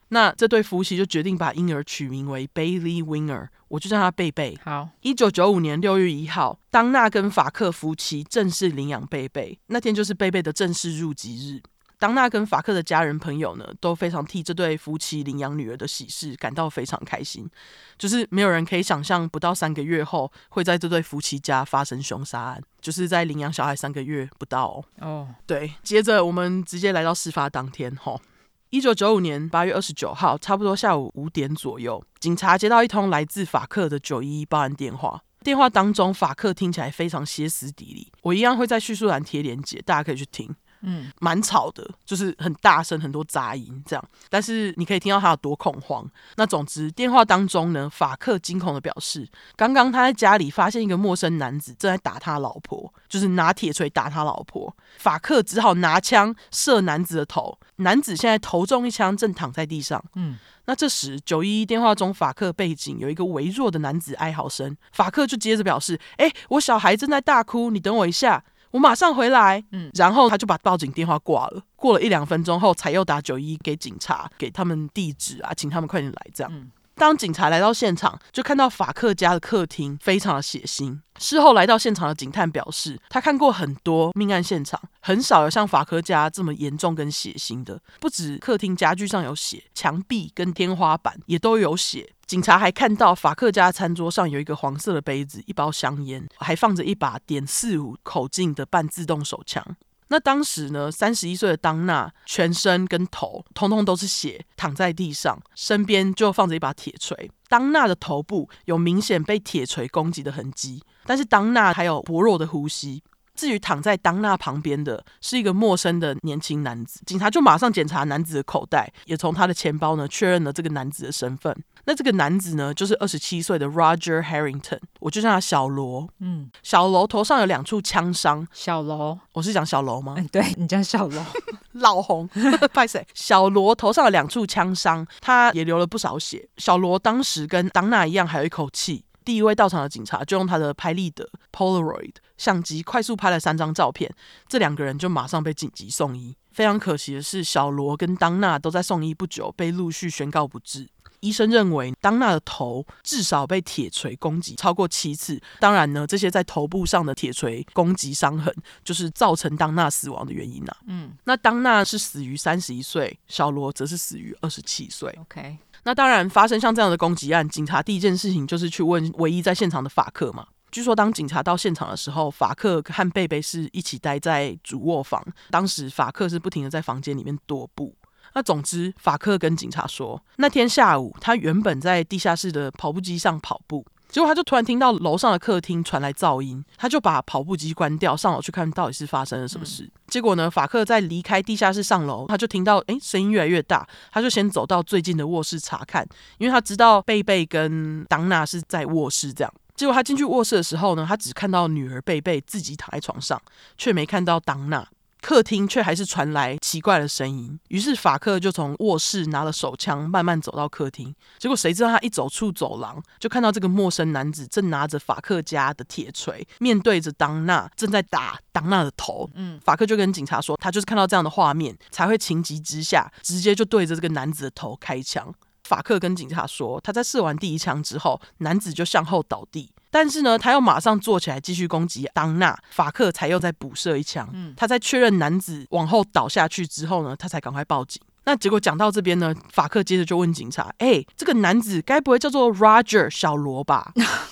那这对夫妻就决定把婴儿取名为 Bailey Winger， 我就叫他贝贝。 好， 一九九五年六月一号，当娜跟法克夫妻正式领养贝贝，那天就是贝贝的正式入籍日。当娜跟法克的家人朋友呢，都非常替这对夫妻领养女儿的喜事感到非常开心，就是没有人可以想象不到三个月后会在这对夫妻家发生凶杀案，就是在领养小孩三个月不到哦。 哦， 对，接着我们直接来到事发当天吼。一九九五年八月二十九号，差不多下午五点左右，警察接到一通来自法克的九一一报案电话。电话当中，法克听起来非常歇斯底里，我一样会在叙述栏贴连结，大家可以去听。嗯，蛮吵的，就是很大声，很多杂音这样，但是你可以听到他有多恐慌。那总之，电话当中呢，法克惊恐的表示，刚刚他在家里发现一个陌生男子正在打他老婆，就是拿铁锤打他老婆。法克只好拿枪射男子的头，男子现在头中一枪，正躺在地上。嗯。那这时九一一电话中法克背景有一个微弱的男子哀嚎声，法克就接着表示，哎，我小孩正在大哭，你等我一下，我马上回来。嗯，然后他就把报警电话挂了。过了一两分钟后，才又打九一一给警察，给他们地址啊，请他们快点来这样。嗯，当警察来到现场，就看到法克家的客厅非常的血腥。事后来到现场的警探表示，他看过很多命案现场，很少有像法克家这么严重跟血腥的。不止客厅家具上有血，墙壁跟天花板也都有血。警察还看到法克家餐桌上有一个黄色的杯子，一包香烟，还放着一把点四五口径的半自动手枪。那当时呢，三十一岁的当娜全身跟头通通都是血，躺在地上，身边就放着一把铁锤。当娜的头部有明显被铁锤攻击的痕迹，但是当娜还有薄弱的呼吸。至于躺在当娜旁边的是一个陌生的年轻男子，警察就马上检查男子的口袋，也从他的钱包呢确认了这个男子的身份。那这个男子呢，就是二十七岁的 Roger Harrington， 我就叫他小罗。嗯，小罗头上有两处枪伤。 小罗， 我是讲小罗吗？ 嗯，对，你叫小罗。 老红，拍谁？小罗头上有两处枪伤，他也流了不少血。小罗当时跟当娜一样，还有一口气。第一位到场的警察就用他的拍立得 Polaroid 相机快速拍了三张照片，这两个人就马上被紧急送医。非常可惜的是，小罗跟当娜都在送医不久被陆续宣告不治。医生认为当娜的头至少被铁锤攻击超过七次，当然呢，这些在头部上的铁锤攻击伤痕就是造成当娜死亡的原因啊。嗯，那当娜是死于三十一岁，小罗则是死于二十七岁。 OK， 那当然发生像这样的攻击案，警察第一件事情就是去问唯一在现场的法克嘛。据说当警察到现场的时候，法克和贝贝是一起待在主卧房，当时法克是不停的在房间里面踱步。那总之，法克跟警察说，那天下午他原本在地下室的跑步机上跑步，结果他就突然听到楼上的客厅传来噪音，他就把跑步机关掉，上楼去看到底是发生了什么事。嗯、结果呢，法克在离开地下室上楼，他就听到哎声音越来越大，他就先走到最近的卧室查看，因为他知道贝贝跟当娜是在卧室这样。结果他进去卧室的时候呢，他只看到女儿贝贝自己躺在床上，却没看到当娜。客厅却还是传来奇怪的声音，于是法克就从卧室拿了手枪，慢慢走到客厅。结果谁知道他一走出走廊，就看到这个陌生男子正拿着法克家的铁锤，面对着当娜，正在打当娜的头。嗯，法克就跟警察说，他就是看到这样的画面，才会情急之下，直接就对着这个男子的头开枪。法克跟警察说，他在射完第一枪之后，男子就向后倒地。但是呢，他又马上坐起来继续攻击当娜，法克才又再补射一枪。嗯，他在确认男子往后倒下去之后呢，他才赶快报警。那结果讲到这边呢，法克接着就问警察：“哎，这个男子该不会叫做 Roger 小罗吧？”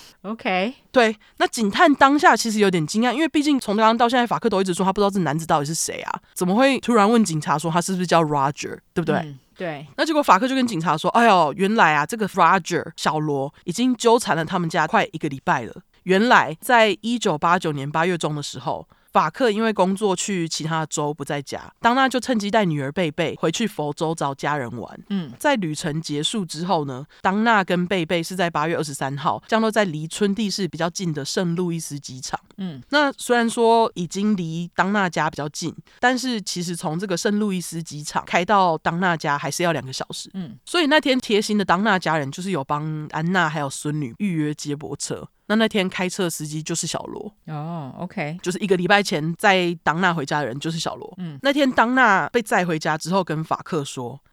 OK， 对， 那警探当下其实有点惊讶，因为毕竟从刚刚到现在，法克都一直说他不知道这男子到底是谁啊，怎么会突然问警察说他是不是叫 Roger， 对不对？嗯， 对。 那结果法克就跟警察说：“哎呦，原来啊，这个 Roger 小罗已经纠缠了他们家快一个礼拜了。原来在一九八九年八月中的时候。”法克因为工作去其他州不在家，当娜就趁机带女儿贝贝回去佛州找家人玩。嗯，在旅程结束之后呢，当娜跟贝贝是在八月二十三号降落在离春地市比较近的圣路易斯机场。嗯，那虽然说已经离当娜家比较近，但是其实从这个圣路易斯机场开到当娜家还是要两个小时。嗯，所以那天贴心的当娜家人就是有帮安娜还有孙女预约接驳车。那那天开车的司机就是小罗哦、oh, ，OK， 就是一个礼拜前载当娜回家的人就是小罗。嗯，那天当娜被载回家之后，跟法克说，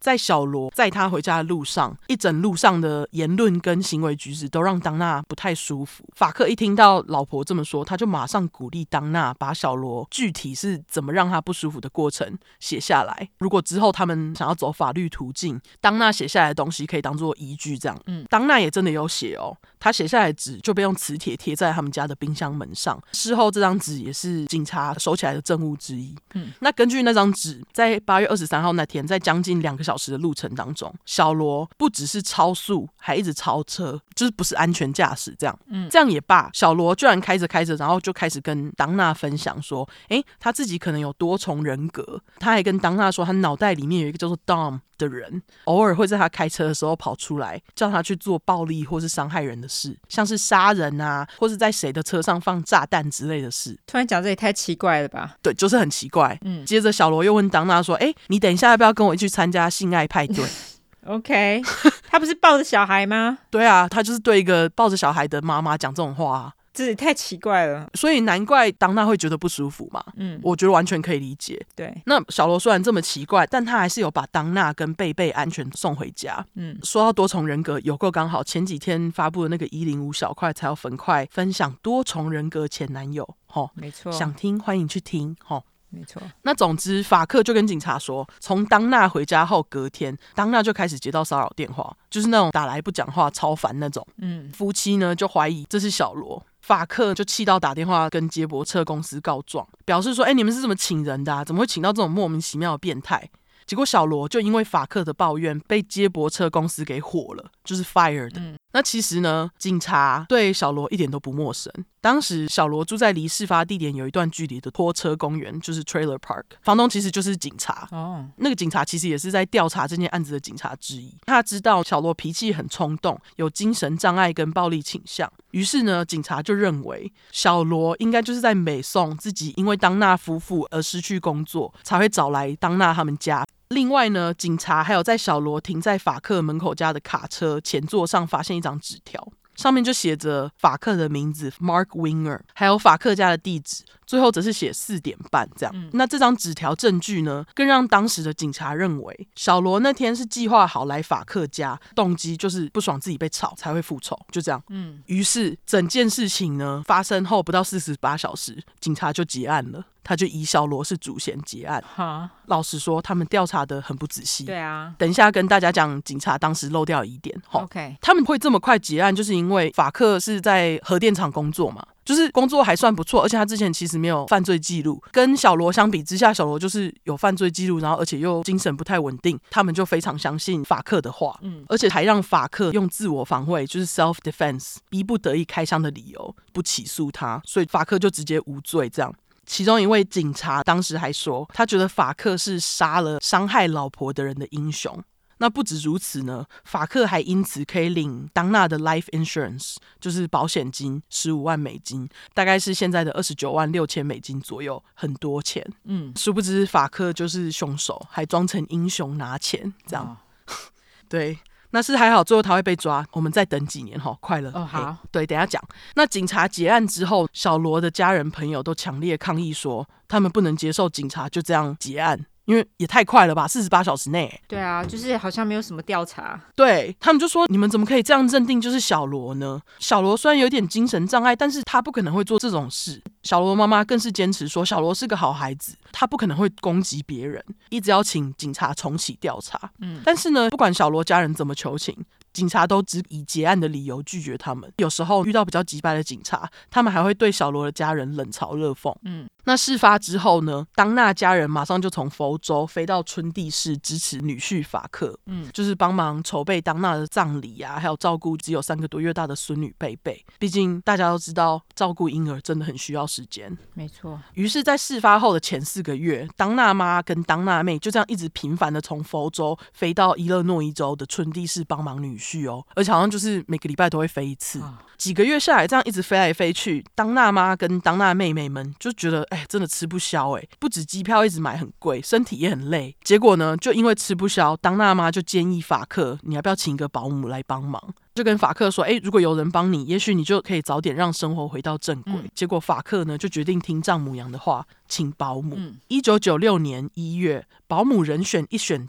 在小罗载他回家的路上，一整路上的言论跟行为举止都让当娜不太舒服。法克一听到老婆这么说，他就马上鼓励当娜把小罗具体是怎么让他不舒服的过程写下来，如果之后他们想要走法律途径，当娜写下来的东西可以当做依据这样。嗯，当娜也真的有写哦，他写下来的纸就被用磁铁贴在他们家的冰箱门上，事后这张纸也是警察收起来的证物之一。嗯，那根据那张纸，在八月二十三号那天，在将近两个小时的路程当中，小罗不只是超速，还一直超车，就是不是安全驾驶这样。嗯，这样也罢，小罗居然开着开着，然后就开始跟当娜分享说，诶，他自己可能有多重人格。他还跟当娜说，他脑袋里面有一个叫做 Dom 的人，偶尔会在他开车的时候跑出来，叫他去做暴力或是伤害人的事，像是杀人啊，或是在谁的车上放炸弹之类的事。 突然讲这也太奇怪了吧？ 对，就是很奇怪。嗯，接着小罗又问当娜说，诶，你等一下要不要跟我一起参加性爱派对 ？OK， 他不是抱着小孩吗？ 对啊，他就是对一个抱着小孩的妈妈讲这种话啊， 这也太奇怪了， 所以难怪当娜会觉得不舒服嘛。嗯，我觉得完全可以理解。 对， 那小罗虽然这么奇怪，但他还是有把当娜跟贝贝安全送回家。嗯，说到多重人格，有够刚好，前几天发布的那个一零五小块才有粉块分享多重人格前男友，齁， 没错， 想听欢迎去听，齁。 没错， 那总之法克就跟警察说，从当娜回家后隔天，当娜就开始接到骚扰电话，就是那种打来不讲话超烦那种。嗯，夫妻呢就怀疑这是小罗，法克就气到打电话跟接驳车公司告状，表示说，哎，你们是怎么请人的啊？怎么会请到这种莫名其妙的变态？结果小罗就因为法克的抱怨被接驳车公司给火了，就是 fired。嗯，那其实呢，警察对小罗一点都不陌生。当时小罗住在离事发地点有一段距离的拖车公园，就是 trailer park， 房东其实就是警察。哦，那个警察其实也是在调查这件案子的警察之一。他知道小罗脾气很冲动，有精神障碍跟暴力倾向，于是呢，警察就认为小罗应该就是在美颂自己因为当娜夫妇而失去工作，才会找来当娜他们家。另外呢，警察还有在小罗停在法克门口家的卡车前座上发现一张纸条，上面就写着法克的名字 Mark Winger， 还有法克家的地址，最后则是写四点半这样。嗯，那这张纸条证据呢，更让当时的警察认为小罗那天是计划好来法克家，动机就是不爽自己被吵才会复仇，就这样。嗯，于是整件事情呢发生后不到四十八小时，警察就结案了。他就以小罗是主嫌结案。哈，老实说，他们调查的很不仔细。 对啊， 等一下跟大家讲警察当时漏掉的疑点。 OK， 他们会这么快结案，就是因为法克是在核电厂工作嘛，就是工作还算不错，而且他之前其实没有犯罪记录。跟小罗相比之下，小罗就是有犯罪记录，然后而且又精神不太稳定，他们就非常相信法克的话，嗯，而且还让法克用自我防卫，就是 self defense， 逼不得已开枪的理由不起诉他，所以法克就直接无罪这样。其中一位警察当时还说，他觉得法克是杀了伤害老婆的人的英雄。那不止如此呢，法克还因此可以领当娜的 life insurance， 就是保险金十五万美金，大概是现在的二十九万六千美金左右，很多钱。嗯，殊不知法克就是凶手，还装成英雄拿钱这样。哦、对。那是还好，最后他会被抓，我们再等几年齁，快了。 哦，好， 对，等一下讲。那警察结案之后，小罗的家人朋友都强烈抗议说，他们不能接受警察就这样结案。因为也太快了吧，四十八小时内。 对啊，就是好像没有什么调查。 对，他们就说，你们怎么可以这样认定就是小罗呢？小罗虽然有点精神障碍，但是他不可能会做这种事。小罗妈妈更是坚持说，小罗是个好孩子，他不可能会攻击别人，一直要请警察重启调查。嗯，但是呢，不管小罗家人怎么求情，警察都只以结案的理由拒绝他们。有时候遇到比较急掰的警察，他们还会对小罗的家人冷嘲热讽。嗯，那事发之后呢，当娜家人马上就从佛州飞到春地市支持女婿法克，嗯，就是帮忙筹备当娜的葬礼啊，还有照顾只有三个多月大的孙女贝贝。毕竟大家都知道，照顾婴儿真的很需要时间。 没错。 于是，在事发后的前四个月，当娜妈跟当娜妹就这样一直频繁的从佛州飞到伊勒诺伊州的春地市帮忙女婿哦，而且好像就是每个礼拜都会飞一次。啊、几个月下来，这样一直飞来飞去，当娜妈跟当娜妹妹们就觉得，哎，真的吃不消哎，不止机票一直买很贵，身体也很累。结果呢，就因为吃不消，当娜妈就建议法克，你要不要请一个保姆来帮忙？就跟法克说，哎，如果有人帮你，也许你就可以早点让生活回到正轨。嗯、结果法克呢，就决定听丈母娘的话，请保姆。一九九六年一月，保姆人选一选定。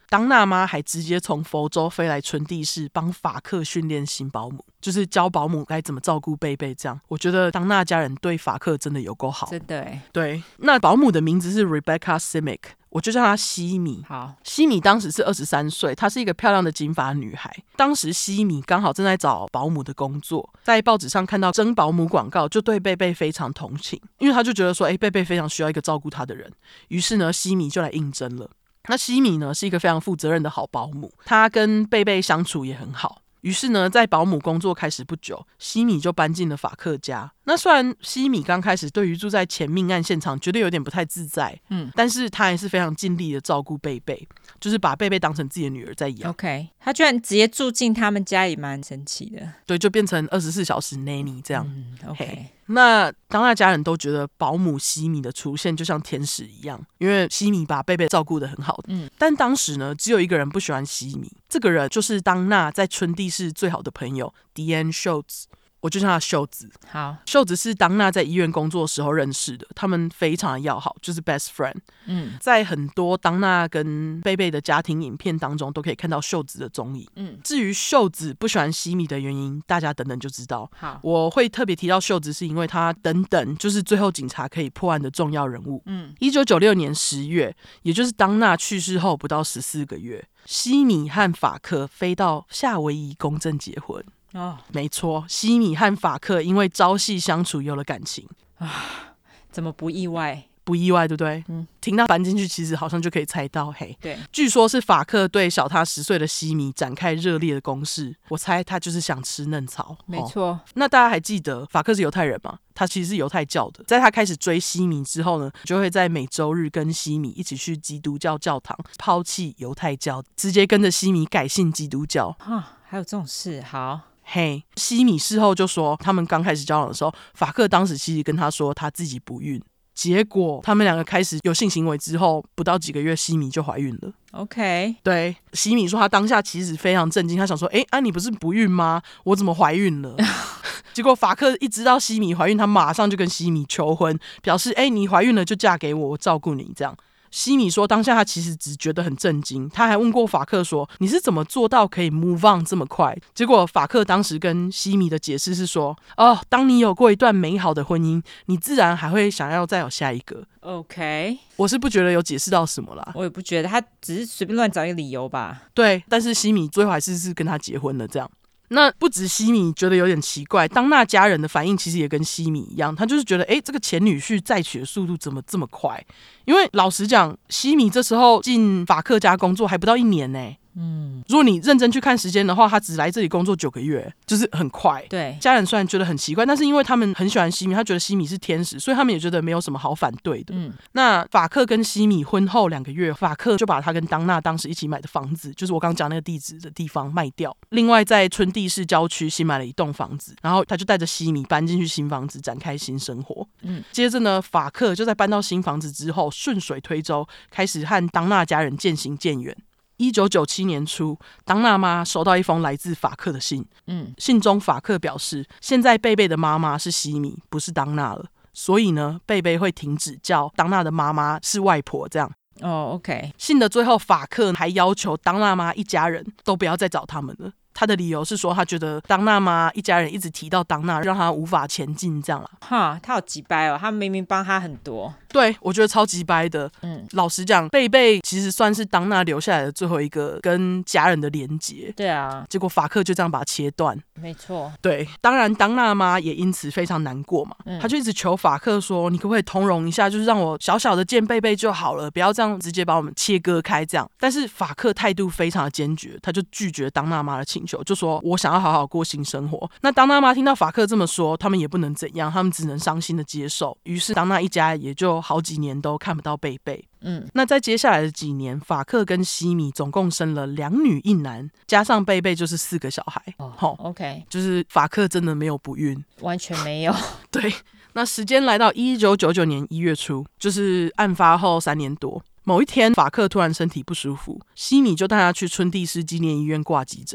当娜妈还直接从佛州飞来春地市帮法克训练新保姆，就是教保姆该怎么照顾贝贝这样。我觉得当娜家人对法克真的有够好， 真的耶。 对，那保姆的名字是 Rebecca Simic， 我就叫她西米。 好， 西米当时是二十三岁，她是一个漂亮的金发女孩。当时西米刚好正在找保姆的工作，在报纸上看到征保姆广告，就对贝贝非常同情，因为她就觉得说，哎，贝贝非常需要一个照顾她的人。于是呢，西米就来应征了。那西米呢是一个非常负责任的好保姆，她跟贝贝相处也很好。于是呢，在保姆工作开始不久，西米就搬进了法克家。那虽然西米刚开始对于住在前命案现场觉得有点不太自在，嗯，但是他还是非常尽力的照顾贝贝，就是把贝贝当成自己的女儿在养。 OK， 他居然直接住进他们家，也蛮神奇的。 对，就变成二十四小时 nanny 这样。 嗯 OK， 那当那家人都觉得保姆西米的出现就像天使一样，因为西米把贝贝照顾得很好。嗯，但当时呢，只有一个人不喜欢西米，这个人就是当娜在春地市最好的朋友 Deanne Schultz。我就叫他秀子。 好， 秀子是当娜在医院工作的时候认识的，他们非常的要好，就是 best friend。嗯，在很多当娜跟贝贝的家庭影片当中，都可以看到秀子的踪影。嗯，至于秀子不喜欢西米的原因，大家等等就知道。 好， 我会特别提到秀子，是因为他等等就是最后警察可以破案的重要人物。嗯，一九九六年十月，也就是当娜去世后不到十四个月，西米和法克飞到夏威夷公证结婚。哦，没错，西米和法克因为朝夕相处有了感情啊，怎么不意外？ 不意外，对不对？嗯，听到搬进去，其实好像就可以猜到，嘿， 对， 据说是法克对小他十岁的西米展开热烈的攻势，我猜他就是想吃嫩草。 没错、哦。 那大家还记得法克是犹太人吗？他其实是犹太教的。在他开始追西米之后呢，就会在每周日跟西米一起去基督教教堂，抛弃犹太教，直接跟着西米改信基督教。 啊，还有这种事？好。 嘿、hey, 西米事后就说，他们刚开始交往的时候，法克当时其实跟他说他自己不孕，结果他们两个开始有性行为之后，不到几个月，西米就怀孕了。 OK， 对，西米说他当下其实非常震惊，他想说，哎啊，你不是不孕吗？我怎么怀孕了？结果法克一知道西米怀孕，他马上就跟西米求婚，表示，哎，你怀孕了就嫁给我，我照顾你这样。西米说当下他其实只觉得很震惊，他还问过法克说你是怎么做到可以 move on 这么快。结果法克当时跟西米的解释是说，哦，当你有过一段美好的婚姻，你自然还会想要再有下一个。 OK， 我是不觉得有解释到什么啦， 我也不觉得，他只是随便乱找一个理由吧。 对，但是西米最后还是是跟他结婚了这样。那不止西米觉得有点奇怪，当娜家人的反应其实也跟西米一样，他就是觉得哎，这个前女婿再娶的速度怎么这么快？因为老实讲，西米这时候进法克家工作还不到一年呢、欸。嗯，如果你认真去看时间的话，他只来这里工作九个月，就是很快。 对， 家人虽然觉得很奇怪，但是因为他们很喜欢西米，他觉得西米是天使，所以他们也觉得没有什么好反对的。嗯，那法克跟西米婚后两个月，法克就把他跟当娜当时一起买的房子，就是我刚讲那个地址的地方卖掉，另外在春地市郊区新买了一栋房子，然后他就带着西米搬进去新房子，展开新生活。嗯，接着呢，法克就在搬到新房子之后，顺水推舟，开始和当娜家人渐行渐远。一九九七年初，当娜妈收到一封来自法克的信。嗯，信中法克表示，现在贝贝的妈妈是西米，不是当娜了，所以呢，贝贝会停止叫当娜的妈妈是外婆这样。 哦、oh, OK。 信的最后，法克还要求当娜妈一家人都不要再找他们了。他的理由是说，他觉得当娜妈一家人一直提到当娜，让他无法前进，这样啦。 哈，他好鸡掰哦，他明明帮他很多。 对，我觉得超级掰的。嗯，老实讲，贝贝其实算是当娜留下来的最后一个跟家人的连结。 对啊， 结果法克就这样把它切断。 没错。对， 当然当娜妈也因此非常难过嘛。嗯，他就一直求法克说，你可不可以通融一下，就是让我小小的见贝贝就好了，不要这样直接把我们切割开这样。但是法克态度非常的坚决，他就拒绝当娜妈的请求，就说我想要好好过新生活。那当娜妈听到法克这么说，他们也不能怎样，他们只能伤心的接受。于是当娜一家也就好几年都看不到贝贝。嗯，那在接下来的几年，法克跟西米总共生了两女一男，加上贝贝就是四个小孩。 哦 ，OK， 就是法克真的没有不孕， 完全没有。 对，那时间来到一九九九年一月初，就是案发后三年多。某一天，法克突然身体不舒服，西米就带他去春地市纪念医院挂急诊。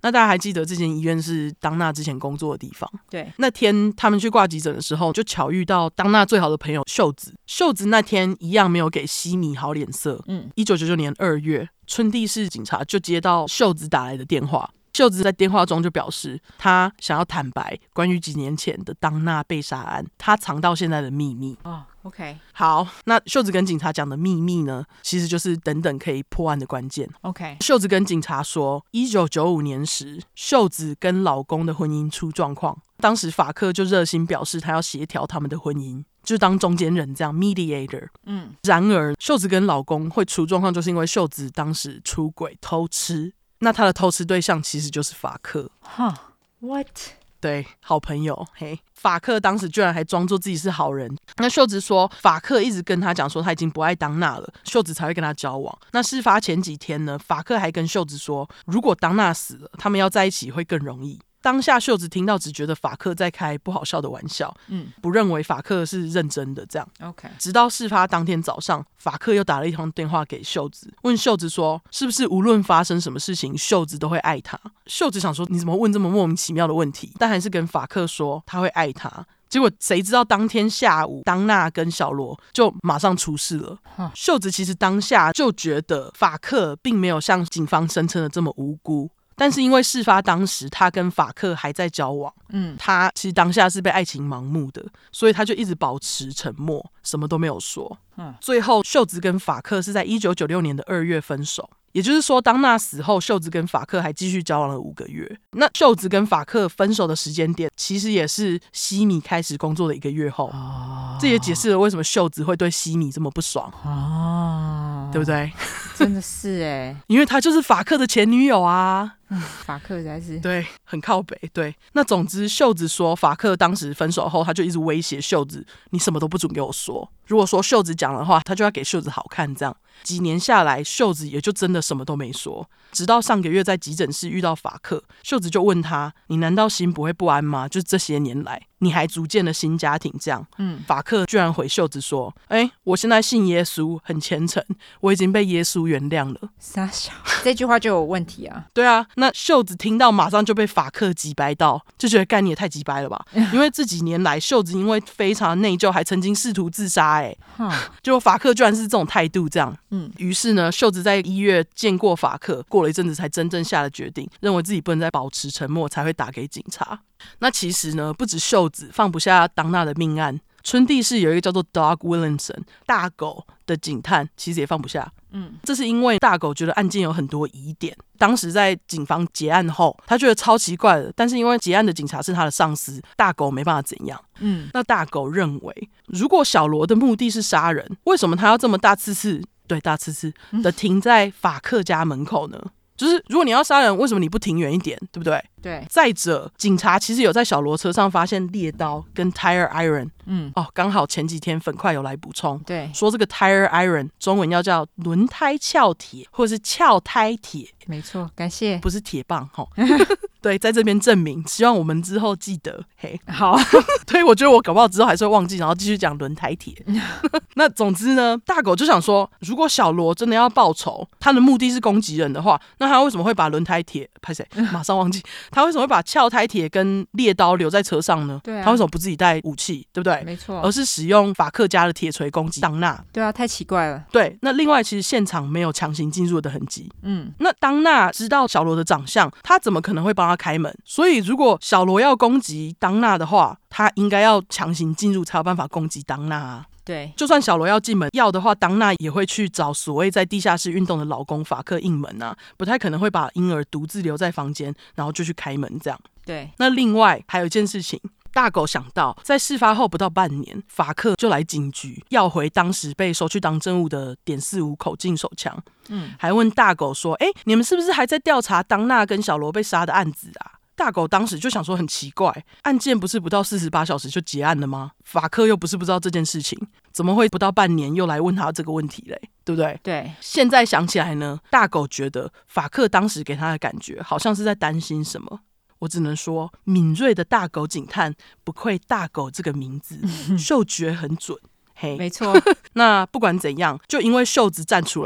那大家还记得这间医院是当娜之前工作的地方？ 对， 那天他们去挂急诊的时候，就巧遇到当娜最好的朋友秀子。秀子那天一样没有给西米好脸色。嗯，一九九九年二月，春地市警察就接到秀子打来的电话。秀子在电话中就表示，他想要坦白关于几年前的当娜被杀案，他藏到现在的秘密。 哦、oh, OK， 好，那秀子跟警察讲的秘密呢，其实就是等等可以破案的关键。 OK， 秀子跟警察说，一九九五年时，秀子跟老公的婚姻出状况，当时法克就热心表示他要协调他们的婚姻，就是当中间人这样 mediator。嗯，然而秀子跟老公会出状况，就是因为秀子当时出轨偷吃。那他的偷吃对象其实就是法克。 Huh, what？ 对，好朋友。嘿，法克当时居然还装作自己是好人。那秀子说，法克一直跟他讲说他已经不爱当娜了，秀子才会跟他交往。那事发前几天呢，法克还跟秀子说，如果当娜死了，他们要在一起会更容易。当下秀子听到只觉得法克在开不好笑的玩笑，嗯，不认为法克是认真的这样。 OK， 直到事发当天早上，法克又打了一通电话给秀子，问秀子说是不是无论发生什么事情，秀子都会爱他。秀子想说你怎么问这么莫名其妙的问题，但还是跟法克说他会爱他。结果谁知道当天下午，当娜跟小罗就马上出事了。huh. 秀子其实当下就觉得法克并没有像警方声称的这么无辜，但是因为事发当时他跟法克还在交往，嗯，他其实当下是被爱情盲目的，所以他就一直保持沉默，什么都没有说。嗯，最后秀子跟法克是在一九九六年的二月分手。也就是说，当娜死后，秀子跟法克还继续交往了五个月。那秀子跟法克分手的时间点，其实也是西米开始工作的一个月后。哦，这也解释了为什么秀子会对西米这么不爽。哦，对不对？ 真的是哎， 因为她就是法克的前女友啊。 法克实在是对，很靠北。对，那总之秀子说，法克当时分手后，他就一直威胁秀子，你什么都不准给我说。如果说秀子讲的话，他就要给秀子好看。这样几年下来，秀子也就真的什么都没说。直到上个月在急诊室遇到法克，秀子就问他，你难道心不会不安吗？就是这些年来你还组建了新家庭这样。嗯，法克居然回秀子说，哎，我现在信耶稣，很虔诚，我已经被耶稣原谅了。 傻小，这句话就有问题啊。 对啊，那秀子听到马上就被法克击败到，就觉得干你也太击败了吧。因为这几年来秀子因为非常内疚，还曾经试图自杀。哎、欸，结果法克居然是这种态度这样。嗯，于是呢，秀子在一月见过法克，过了一阵子才真正下了决定，认为自己不能再保持沉默，才会打给警察。那其实呢，不止秀子放不下当娜的命案，春地市有一个叫做 Dog Williamson 大狗的警探，其实也放不下。嗯，这是因为大狗觉得案件有很多疑点，当时在警方结案后，他觉得超奇怪的，但是因为结案的警察是他的上司，大狗没办法怎样。嗯，那大狗认为，如果小罗的目的是杀人，为什么他要这么大次次对大次次的停在法克家门口呢？就是如果你要杀人，为什么你不停远一点，对不对？ 对。 再者，警察其实有在小罗车上发现猎刀跟 tire iron。嗯，哦，刚好前几天粉块有来补充， 对， 说这个 tire iron 中文要叫轮胎鞘铁，或者是鞘胎铁。 没错，感谢， 不是铁棒哈。对，在这边证明，希望我们之后记得。嘿， 好。 对，我觉得我搞不好之后还是会忘记，然后继续讲轮胎铁。那总之呢，大狗就想说，如果小罗真的要报仇，他的目的是攻击人的话，那他为什么会把轮胎铁拍谁？马上忘记，他为什么会把鞘胎铁跟猎刀留在车上呢？ 对啊， 他为什么不自己带武器？对不对？ 没错， 而是使用法克家的铁锤攻击当娜。 对啊，太奇怪了。 对，那另外其实现场没有强行进入的痕迹。嗯，那当娜知道小罗的长相，他怎么可能会帮他开门？所以如果小罗要攻击当娜的话，他应该要强行进入才有办法攻击当娜啊。 对， 就算小罗要进门要的话，当娜也会去找所谓在地下室运动的老公法克应门啊，不太可能会把婴儿独自留在房间，然后就去开门这样。 对， 那另外还有一件事情，大狗想到在事发后不到半年，法克就来警局要回当时被收去当证物的点四五口径手枪。嗯，还问大狗说，哎，你们是不是还在调查当娜跟小罗被杀的案子啊？大狗当时就想说很奇怪，案件不是不到四十八小时就结案了吗？法克又不是不知道这件事情，怎么会不到半年又来问他这个问题嘞？对不对？ 对。 现在想起来呢，大狗觉得法克当时给他的感觉好像是在担心什么。我只能说，敏锐的大狗警探不愧大狗这个名字，嗅觉很准。嘿， 没错。 那不管怎样，就因为秀子站出来了，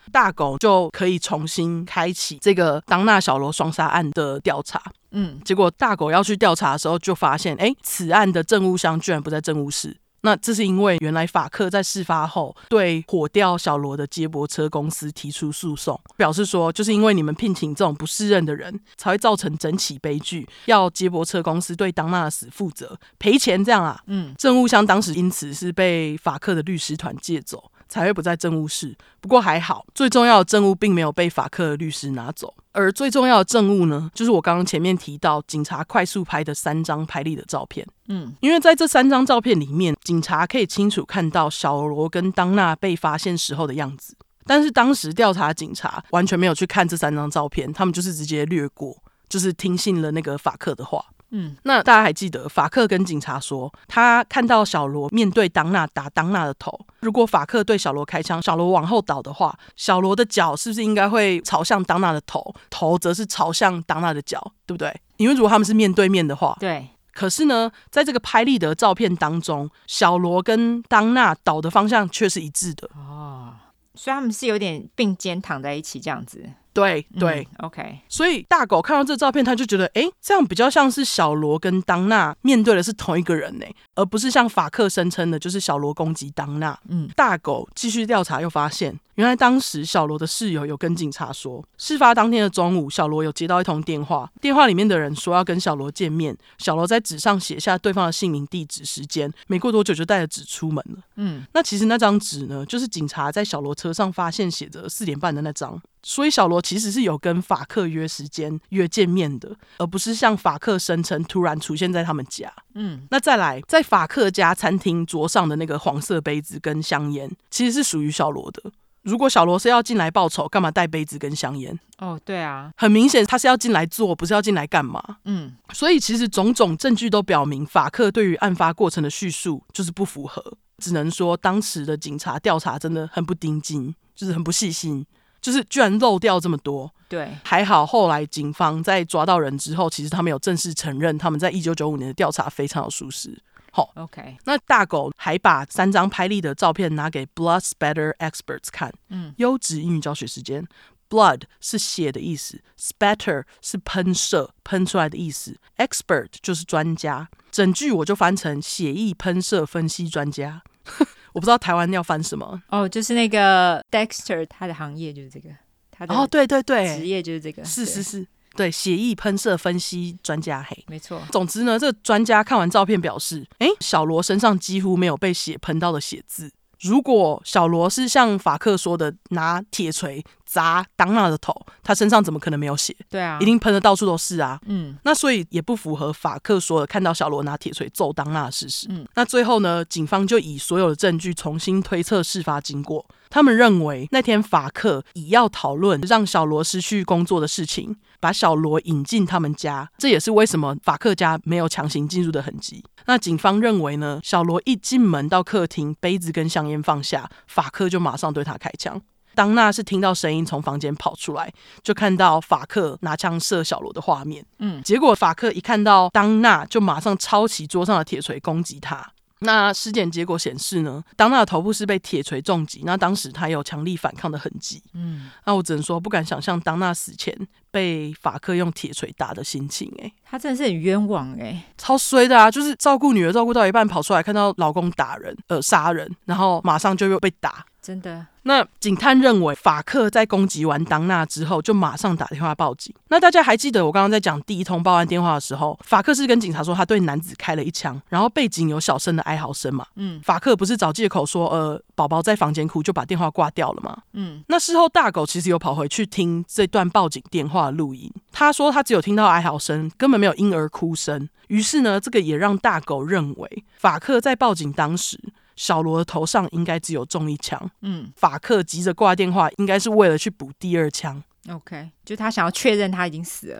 大狗就可以重新开启这个当纳小罗双杀案的调查。嗯，结果大狗要去调查的时候，就发现，哎，此案的证物箱居然不在证物室。那这是因为原来法克在事发后对火掉小罗的接驳车公司提出诉讼，表示说就是因为你们聘请这种不适任的人，才会造成整起悲剧，要接驳车公司对当纳的死负责，赔钱这样啊。嗯，证物箱当时因此是被法克的律师团借走，才会不在证物室。不过还好，最重要的证物并没有被法克的律师拿走。而最重要的证物呢，就是我刚刚前面提到警察快速拍的三张拍立的照片。嗯，因为在这三张照片里面，警察可以清楚看到小罗跟当纳被发现时候的样子。但是当时调查警察完全没有去看这三张照片，他们就是直接略过，就是听信了那个法克的话。嗯，那大家还记得法克跟警察说，他看到小罗面对当纳打当纳的头，如果法克对小罗开枪，小罗往后倒的话，小罗的脚是不是应该会朝向当纳的头，头则是朝向当纳的脚，对不对？因为如果他们是面对面的话， 对。 可是呢，在这个拍立得照片当中，小罗跟当纳倒的方向却是一致的。 哦，所以他们是有点并肩躺在一起这样子。 对对、 嗯、OK。 所以大狗看到这照片，他就觉得哎，这样比较像是小罗跟当纳面对的是同一个人呢，而不是像法克声称的就是小罗攻击当纳。嗯，大狗继续调查又发现，原来当时小罗的室友有跟警察说，事发当天的中午，小罗有接到一通电话，电话里面的人说要跟小罗见面，小罗在纸上写下对方的姓名、地址、时间，没过多久就带着纸出门了。嗯，那其实那张纸呢，就是警察在小罗车上发现写着四点半的那张。所以小罗其实是有跟法克约时间约见面的，而不是像法克声称突然出现在他们家。嗯，那再来，在法克家餐厅桌上的那个黄色杯子跟香烟，其实是属于小罗的。如果小罗是要进来报仇，干嘛带杯子跟香烟？ 哦，对啊， 很明显他是要进来做，不是要进来干嘛。嗯，所以其实种种证据都表明，法克对于案发过程的叙述就是不符合，只能说当时的警察调查真的很不盯紧，就是很不细心。就是居然漏掉这么多。 对， 还好后来警方在抓到人之后，其实他们有正式承认他们在一九九五年的调查非常有疏失。好 ，OK。 那大狗还把三张拍立的照片拿给 Blood Spatter Experts 看。嗯，优质英语教学时间。Blood 是血的意思， Spatter 是喷射喷出来的意思， Expert 就是专家。整句我就翻成血液喷射分析专家。我不知道台湾要翻什么哦，就是那个 Dexter 他的行业就是这个，他的哦，对对对， 职业就是这个， 是是是，对，血液喷射分析专家，嘿， 没错。 总之呢，这个专家看完照片表示，哎，小罗身上几乎没有被血喷到的血渍。如果小罗是像法克说的拿铁锤砸当纳的头，他身上怎么可能没有血？ 对啊， 一定喷的到处都是啊。 嗯， 那所以也不符合法克说的看到小罗拿铁锤揍当纳的事实。嗯，那最后呢，警方就以所有的证据重新推测事发经过。他们认为那天法克以要讨论让小罗失去工作的事情，把小罗引进他们家，这也是为什么法克家没有强行进入的痕迹。那警方认为呢，小罗一进门到客厅，杯子跟香烟放下，法克就马上对他开枪。当娜是听到声音从房间跑出来，就看到法克拿枪射小罗的画面。嗯，结果法克一看到当娜，就马上抄起桌上的铁锤攻击他。那尸检结果显示呢，当娜的头部是被铁锤重击，那当时他有强力反抗的痕迹。嗯，那我只能说不敢想象当娜死前被法克用铁锤打的心情。哎， 他真的是很冤枉哎、欸， 超衰的啊！就是照顾女儿照顾到一半，跑出来看到老公打人，呃，杀人，然后马上就又被打。 真的。 那警探认为法克在攻击完当娜之后就马上打电话报警。那大家还记得我刚刚在讲第一通报案电话的时候，法克是跟警察说他对男子开了一枪，然后背景有小声的哀嚎声嘛。嗯，法克不是找借口说呃宝宝在房间哭就把电话挂掉了吗？嗯，那事后大狗其实有跑回去听这段报警电话的录音，他说他只有听到哀嚎声，根本没有婴儿哭声。于是呢，这个也让大狗认为法克在报警当时小罗的头上应该只有中一枪。嗯，法克急着挂电话应该是为了去补第二枪。 OK， 就他想要确认他已经死了啦。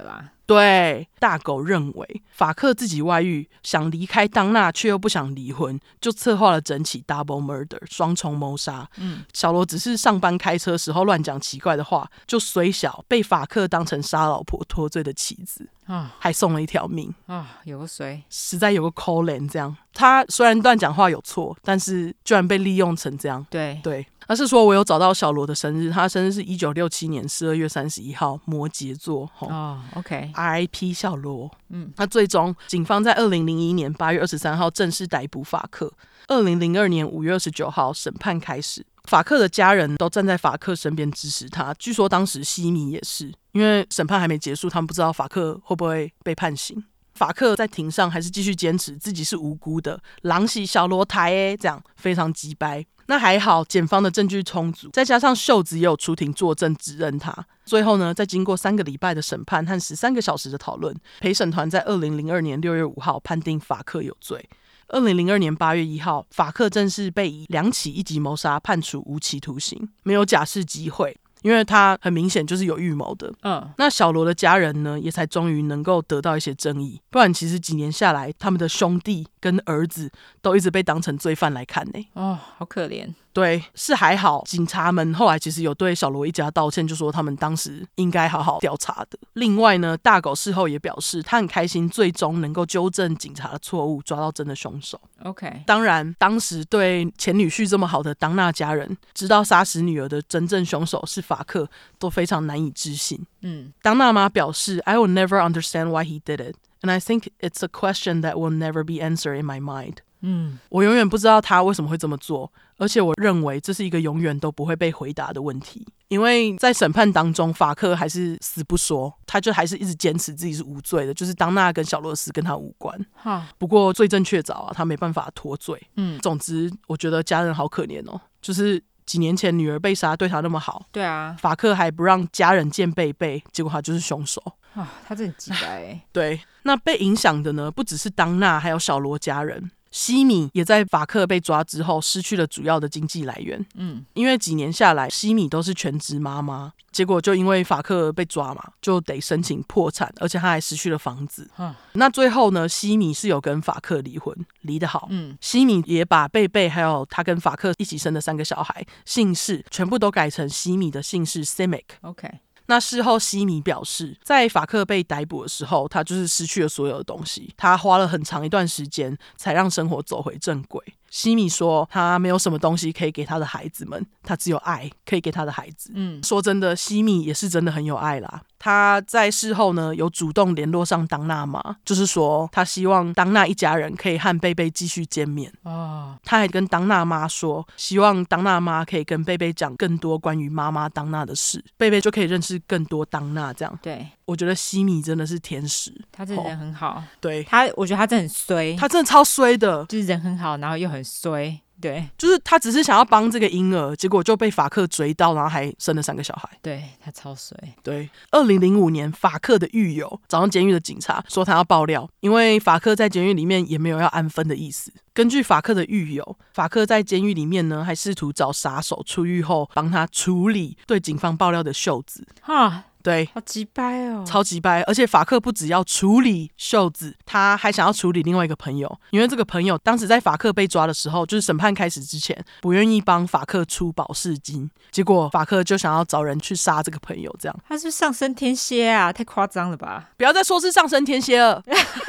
对，大狗认为法克自己外遇，想离开当娜却又不想离婚，就策划了整起 double murder 双重谋杀。嗯，小罗只是上班开车时候乱讲奇怪的话，就虽小被法克当成杀老婆脱罪的棋子啊，还送了一条命啊，有个谁实在有个可怜这样。他虽然乱讲话有错，但是居然被利用成这样。 对对，他是说我有找到小罗的生日，他的生日是一九六七年十二月三十一号，摩羯座。 哦 ，OK， R I P 小罗。嗯，那最终警方在二零零一年八月二十三号正式逮捕法克。二零零二年五月二十九号审判开始，法克的家人都站在法克身边支持他。据说当时西米也是，因为审判还没结束，他们不知道法克会不会被判刑。法克在庭上还是继续坚持自己是无辜的，狼是小罗台耶，这样非常鸡掰。那还好，检方的证据充足，再加上秀子也有出庭作证指认他。最后呢，在经过三个礼拜的审判和十三个小时的讨论，陪审团在二零零二年六月五号判定法克有罪。二零零二年八月一号，法克正式被以两起一级谋杀判处无期徒刑，没有假释机会。因为他很明显就是有预谋的。嗯，那小罗的家人呢，也才终于能够得到一些正义，不然其实几年下来，他们的兄弟跟儿子都一直被当成罪犯来看呢。 哦，好可怜。 对，是还好，警察们后来其实有对小罗一家道歉，就说他们当时应该好好调查的。另外呢，大狗事后也表示，他很开心最终能够纠正警察的错误，抓到真的凶手。 OK， 当然，当时对前女婿这么好的当娜家人，知道杀死女儿的真正凶手是法克，都非常难以置信。嗯，当娜妈表示 ，I will never understand why he did it, and I think it's a question that will never be answered in my mind。嗯，我永远不知道他为什么会这么做，而且我认为这是一个永远都不会被回答的问题。因为在审判当中，法克还是死不说，他就还是一直坚持自己是无罪的，就是当娜跟小罗斯跟他无关。不过罪证确凿啊，他没办法脱罪。嗯，总之我觉得家人好可怜哦，就是几年前女儿被杀，对他那么好， 对啊， 法克还不让家人见贝贝，结果他就是凶手。 啊，他真的很鸡掰欸。 对，那被影响的呢，不只是当娜，还有小罗家人。西米也在法克被抓之后失去了主要的经济来源。嗯，因为几年下来，西米都是全职妈妈，结果就因为法克被抓嘛，就得申请破产，而且他还失去了房子。嗯，那最后呢，西米是有跟法克离婚，离得好。嗯，西米也把贝贝还有他跟法克一起生的三个小孩姓氏全部都改成西米的姓氏 Simic。OK。那事后西米表示，在法克被逮捕的时候，他就是失去了所有的东西，他花了很长一段时间才让生活走回正轨。西米说他没有什么东西可以给他的孩子们，他只有爱可以给他的孩子。嗯，说真的，西米也是真的很有爱啦。他在事后呢有主动联络上当娜妈，就是说他希望当娜一家人可以和贝贝继续见面。哦，他还跟当娜妈说，希望当娜妈可以跟贝贝讲更多关于妈妈当娜的事，贝贝就可以认识更多当娜。这样， 对， 我觉得西米真的是天使， 他这人很好。哦， 对他，我觉得他真的很衰， 他真的超衰的， 就是人很好，然后又很衰。对， 就是他只是想要帮这个婴儿，结果就被法克追到，然后还生了三个小孩。 对，他超衰。 对，二零零五年，法克的狱友找上监狱的警察，说他要爆料，因为法克在监狱里面也没有要安分的意思。根据法克的狱友，法克在监狱里面呢，还试图找杀手出狱后帮他处理对警方爆料的袖子。哈。对， 好鸡掰哦， 超级掰！而且法克不只要处理袖子，他还想要处理另外一个朋友，因为这个朋友当时在法克被抓的时候，就是审判开始之前，不愿意帮法克出保释金，结果法克就想要找人去杀这个朋友，这样。 他是上升天蝎啊，太夸张了吧！ 不要再说是上升天蝎了。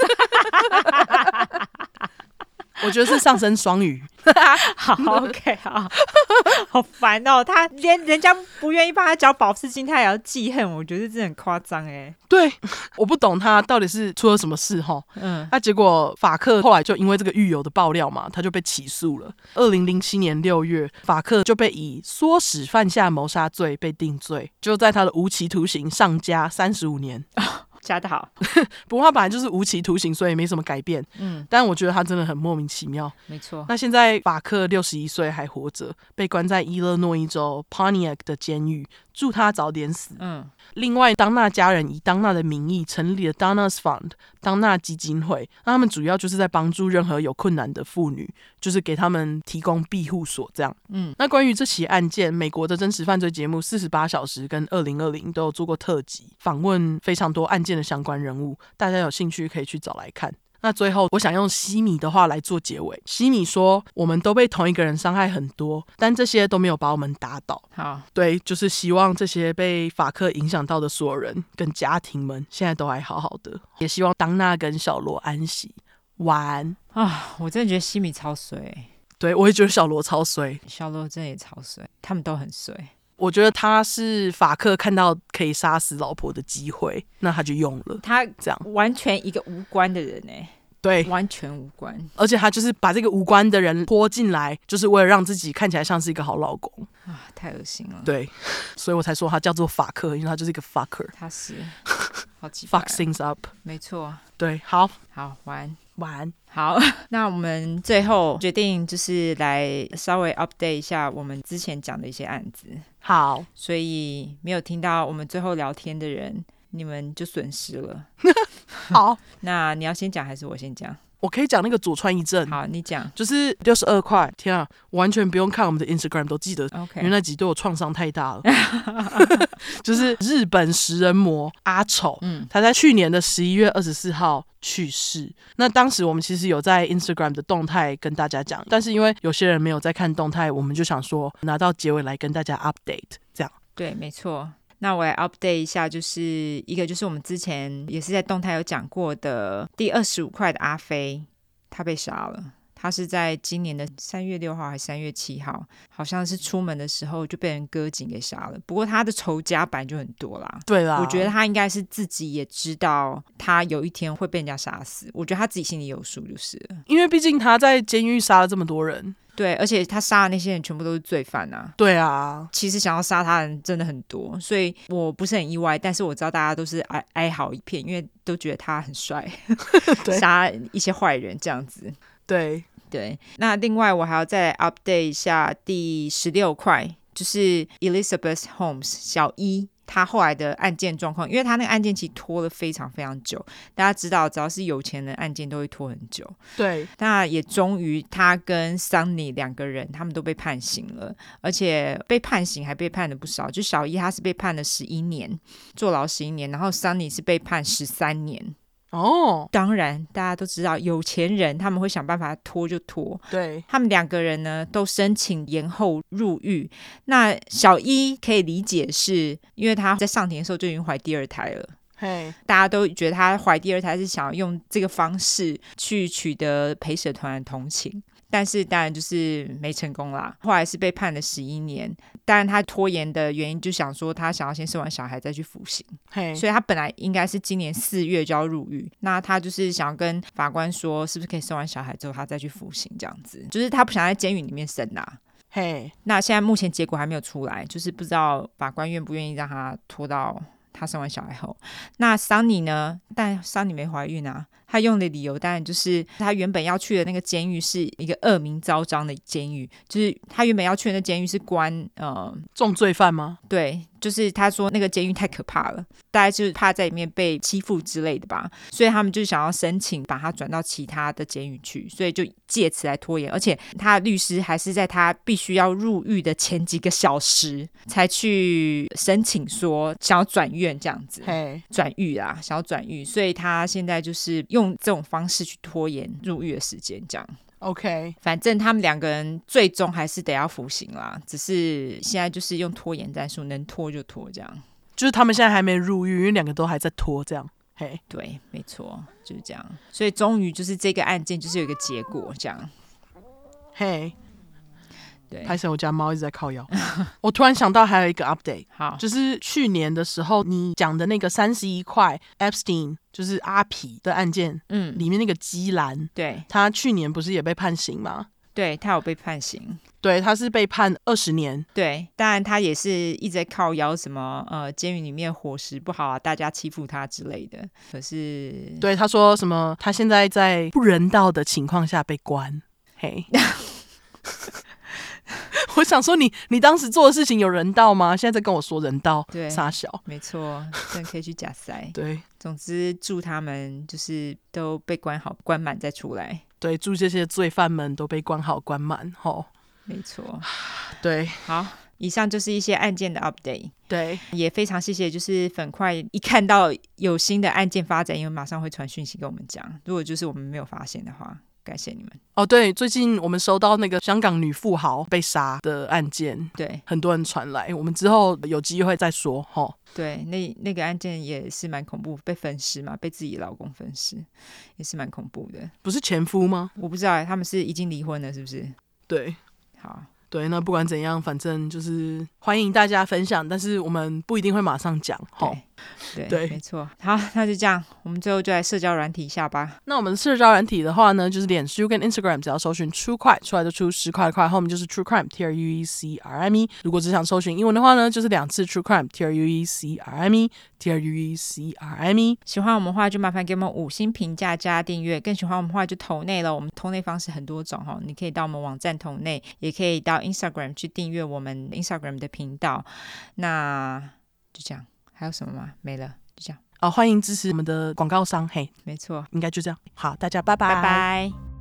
我觉得是上升双鱼。 好 OK 好好烦哦，他连人家不愿意帮他缴保释金他也要记恨，我觉得这很夸张哎。 对，我不懂他到底是出了什么事齁。嗯，那结果法克后来就因为这个狱友的爆料嘛，他就被起诉了。二零零七年六月，法克就被以唆使犯下谋杀罪被定罪，就在他的无期徒刑上加三十五年。 加得好。 不过他本来就是无期徒刑，所以没什么改变。嗯，但我觉得他真的很莫名其妙。 没错。 那现在法克六十一岁还活着，被关在伊勒诺伊州 Pontiac 的监狱， 祝他早点死。 嗯， 另外，当娜家人以当娜的名义成立了 Donna's Fund 当娜基金会，那他们主要就是在帮助任何有困难的妇女，就是给他们提供庇护所这样。嗯，那关于这起案件，美国的真实犯罪节目四十八小时跟二零二零都有做过特辑，访问非常多案件的相关人物，大家有兴趣可以去找来看。那最后我想用西米的话来做结尾。西米说，我们都被同一个人伤害很多，但这些都没有把我们打倒。 好， 对，就是希望这些被法克影响到的所有人跟家庭们现在都还好好的，也希望当娜跟小罗安息。晚安啊！我真的觉得西米超衰， 对，我也觉得小罗超衰， 小罗真的也超衰，他们都很衰。 我觉得他是法克看到可以杀死老婆的机会，那他就用了。 他这样完全一个无关的人哎， 对， 完全无关。 而且他就是把这个无关的人拖进来，就是为了让自己看起来像是一个好老公啊，太恶心了。 对，所以我才说他叫做法克，因为他就是一个 fucker。 他是好奇怪 fuck things up。 没错。 对，好， 好，晚安。 晚安。 好，那我们最后决定就是来稍微 update 一下我们之前讲的一些案子。 好， 所以没有听到我们最后聊天的人，你们就损失了。 好， 那你要先讲还是我先讲？ 我可以讲那个佐川一正。 好，你讲。 就是六十二块，天啊，完全不用看我们的 Instagram 都记得， okay. 因为那集对我创伤太大了。就是日本食人魔阿丑，嗯，他在去年的十一月二十四号去世。那当时我们其实有在 Instagram 的动态跟大家讲，但是因为有些人没有在看动态，我们就想说拿到结尾来跟大家 update 这样。 对，没错。那我来 update 一下，就是一个就是我们之前也是在动态有讲过的第二十五块的阿飞，他被杀了。他是在今年的三月六号还是三月七号，好像是出门的时候就被人割颈给杀了。不过他的仇家本来就很多啦， 对啦， 我觉得他应该是自己也知道他有一天会被人家杀死，我觉得他自己心里有数就是了。 因为毕竟他在监狱杀了这么多人。 对，而且他杀的那些人全部都是罪犯啊。 对啊， 其实想要杀他的人真的很多，所以我不是很意外，但是我知道大家都是哀哀嚎一片，因为都觉得他很帅，杀一些坏人这样子。 对对，那另外我还要再 update 一下第十六块，就是 Elizabeth Holmes 小一他后来的案件状况，因为他那个案件其实拖了非常非常久，大家知道只要是有钱的案件都会拖很久。 对， 那也终于他跟 Sunny 两个人他们都被判刑了，而且被判刑还被判了不少，就小一他是被判了十一年，坐牢十一年，然后 Sunny 是被判十三年。 哦， 当然大家都知道有钱人他们会想办法拖就拖， 对， 他们两个人呢都申请延后入狱。那小一可以理解是因为他在上庭的时候就已经怀第二胎了， 嘿， 大家都觉得他怀第二胎是想要用这个方式去取得陪审团的同情，但是当然就是没成功啦，后来是被判了十一年。当然他拖延的原因就想说他想要先生完小孩再去服刑，所以他本来应该是今年四月就要入狱，那他就是想要跟法官说是不是可以生完小孩之后他再去服刑，这样子就是他不想在监狱里面生啦。 嘿， 那现在目前结果还没有出来，就是不知道法官愿不愿意让他拖到他生完小孩后。那 Sunny 呢，但 Sunny 没怀孕啊，他用的理由当然就是他原本要去的那个监狱是一个恶名昭彰的监狱，就是他原本要去的那监狱是关呃重罪犯吗？ 对，就是他说那个监狱太可怕了，大概就是怕在里面被欺负之类的吧，所以他们就想要申请把他转到其他的监狱去，所以就借此来拖延。而且他的律师还是在他必须要入狱的前几个小时才去申请说想要转院这样子，转狱啊，想要转狱，所以他现在就是用这种方式去拖延入狱的时间这样。 OK， 反正他们两个人最终还是得要服刑啦，只是现在就是用拖延战术，能拖就拖这样。 就是他们现在还没入狱，因为两个都还在拖这样。嘿， 对，没错，就是这样。所以终于就是这个案件就是有一个结果这样。 嘿， 对， 拍摄我家猫一直在靠腰。我突然想到还有一个 update， 好， 就是去年的时候你讲的那个三十一块 Epstein 就是阿皮的案件，嗯，里面那个基兰， 对， 他去年不是也被判刑吗？ 对，他有被判刑， 对，他是被判二十年。 对，当然他也是一直在靠腰什么呃，监狱里面伙食不好啊，大家欺负他之类的。可是， 对，他说什么？他现在在不人道的情况下被关。嘿， 我想说你你当时做的事情有人道吗？现在在跟我说人道， 对， 傻小， 没错，真的可以去假塞。 对， 总之祝他们就是都被关好关满再出来。 对，祝这些罪犯们都被关好关满齁。 没错， 对， 好，以上就是一些案件的 update。 对， 也非常谢谢，就是粉块一看到有新的案件发展，因为马上会传讯息跟我们讲。如果就是我们没有发现的话，感谢你们。 哦，对，最近我们收到那个香港女富豪被杀的案件， 对， 很多人传来，我们之后有机会再说齁。 对，那那个案件也是蛮恐怖，被分尸嘛，被自己老公分尸，也是蛮恐怖的。 不是前夫吗？ 我不知道他们是已经离婚了，是不是？ 对， 好。 对，那不管怎样，反正就是欢迎大家分享，但是我们不一定会马上讲。 对，对， 对， 没错。好，那就这样，我们最后就来社交软体一下吧。 那我们社交软体的话呢，就是脸书跟 Instagram， 只要搜寻 True Crime 出来就出十块的块，后面就是 True Crime T R U E C R M E。如果只想搜寻英文的话呢，就是两次 True Crime T R U E C R M E T R U E C R M E。 喜欢我们的话，就麻烦给我们五星评价加订阅。更喜欢我们的话，就投内了。我们投内方式很多种哈，你可以到我们网站投内，也可以到 Instagram 去订阅我们 Instagram 的频道。那就这样，还有什么吗？没了，就这样。 哦，欢迎支持我们的广告商，嘿， 没错， 应该就这样。好，大家拜拜， 拜拜。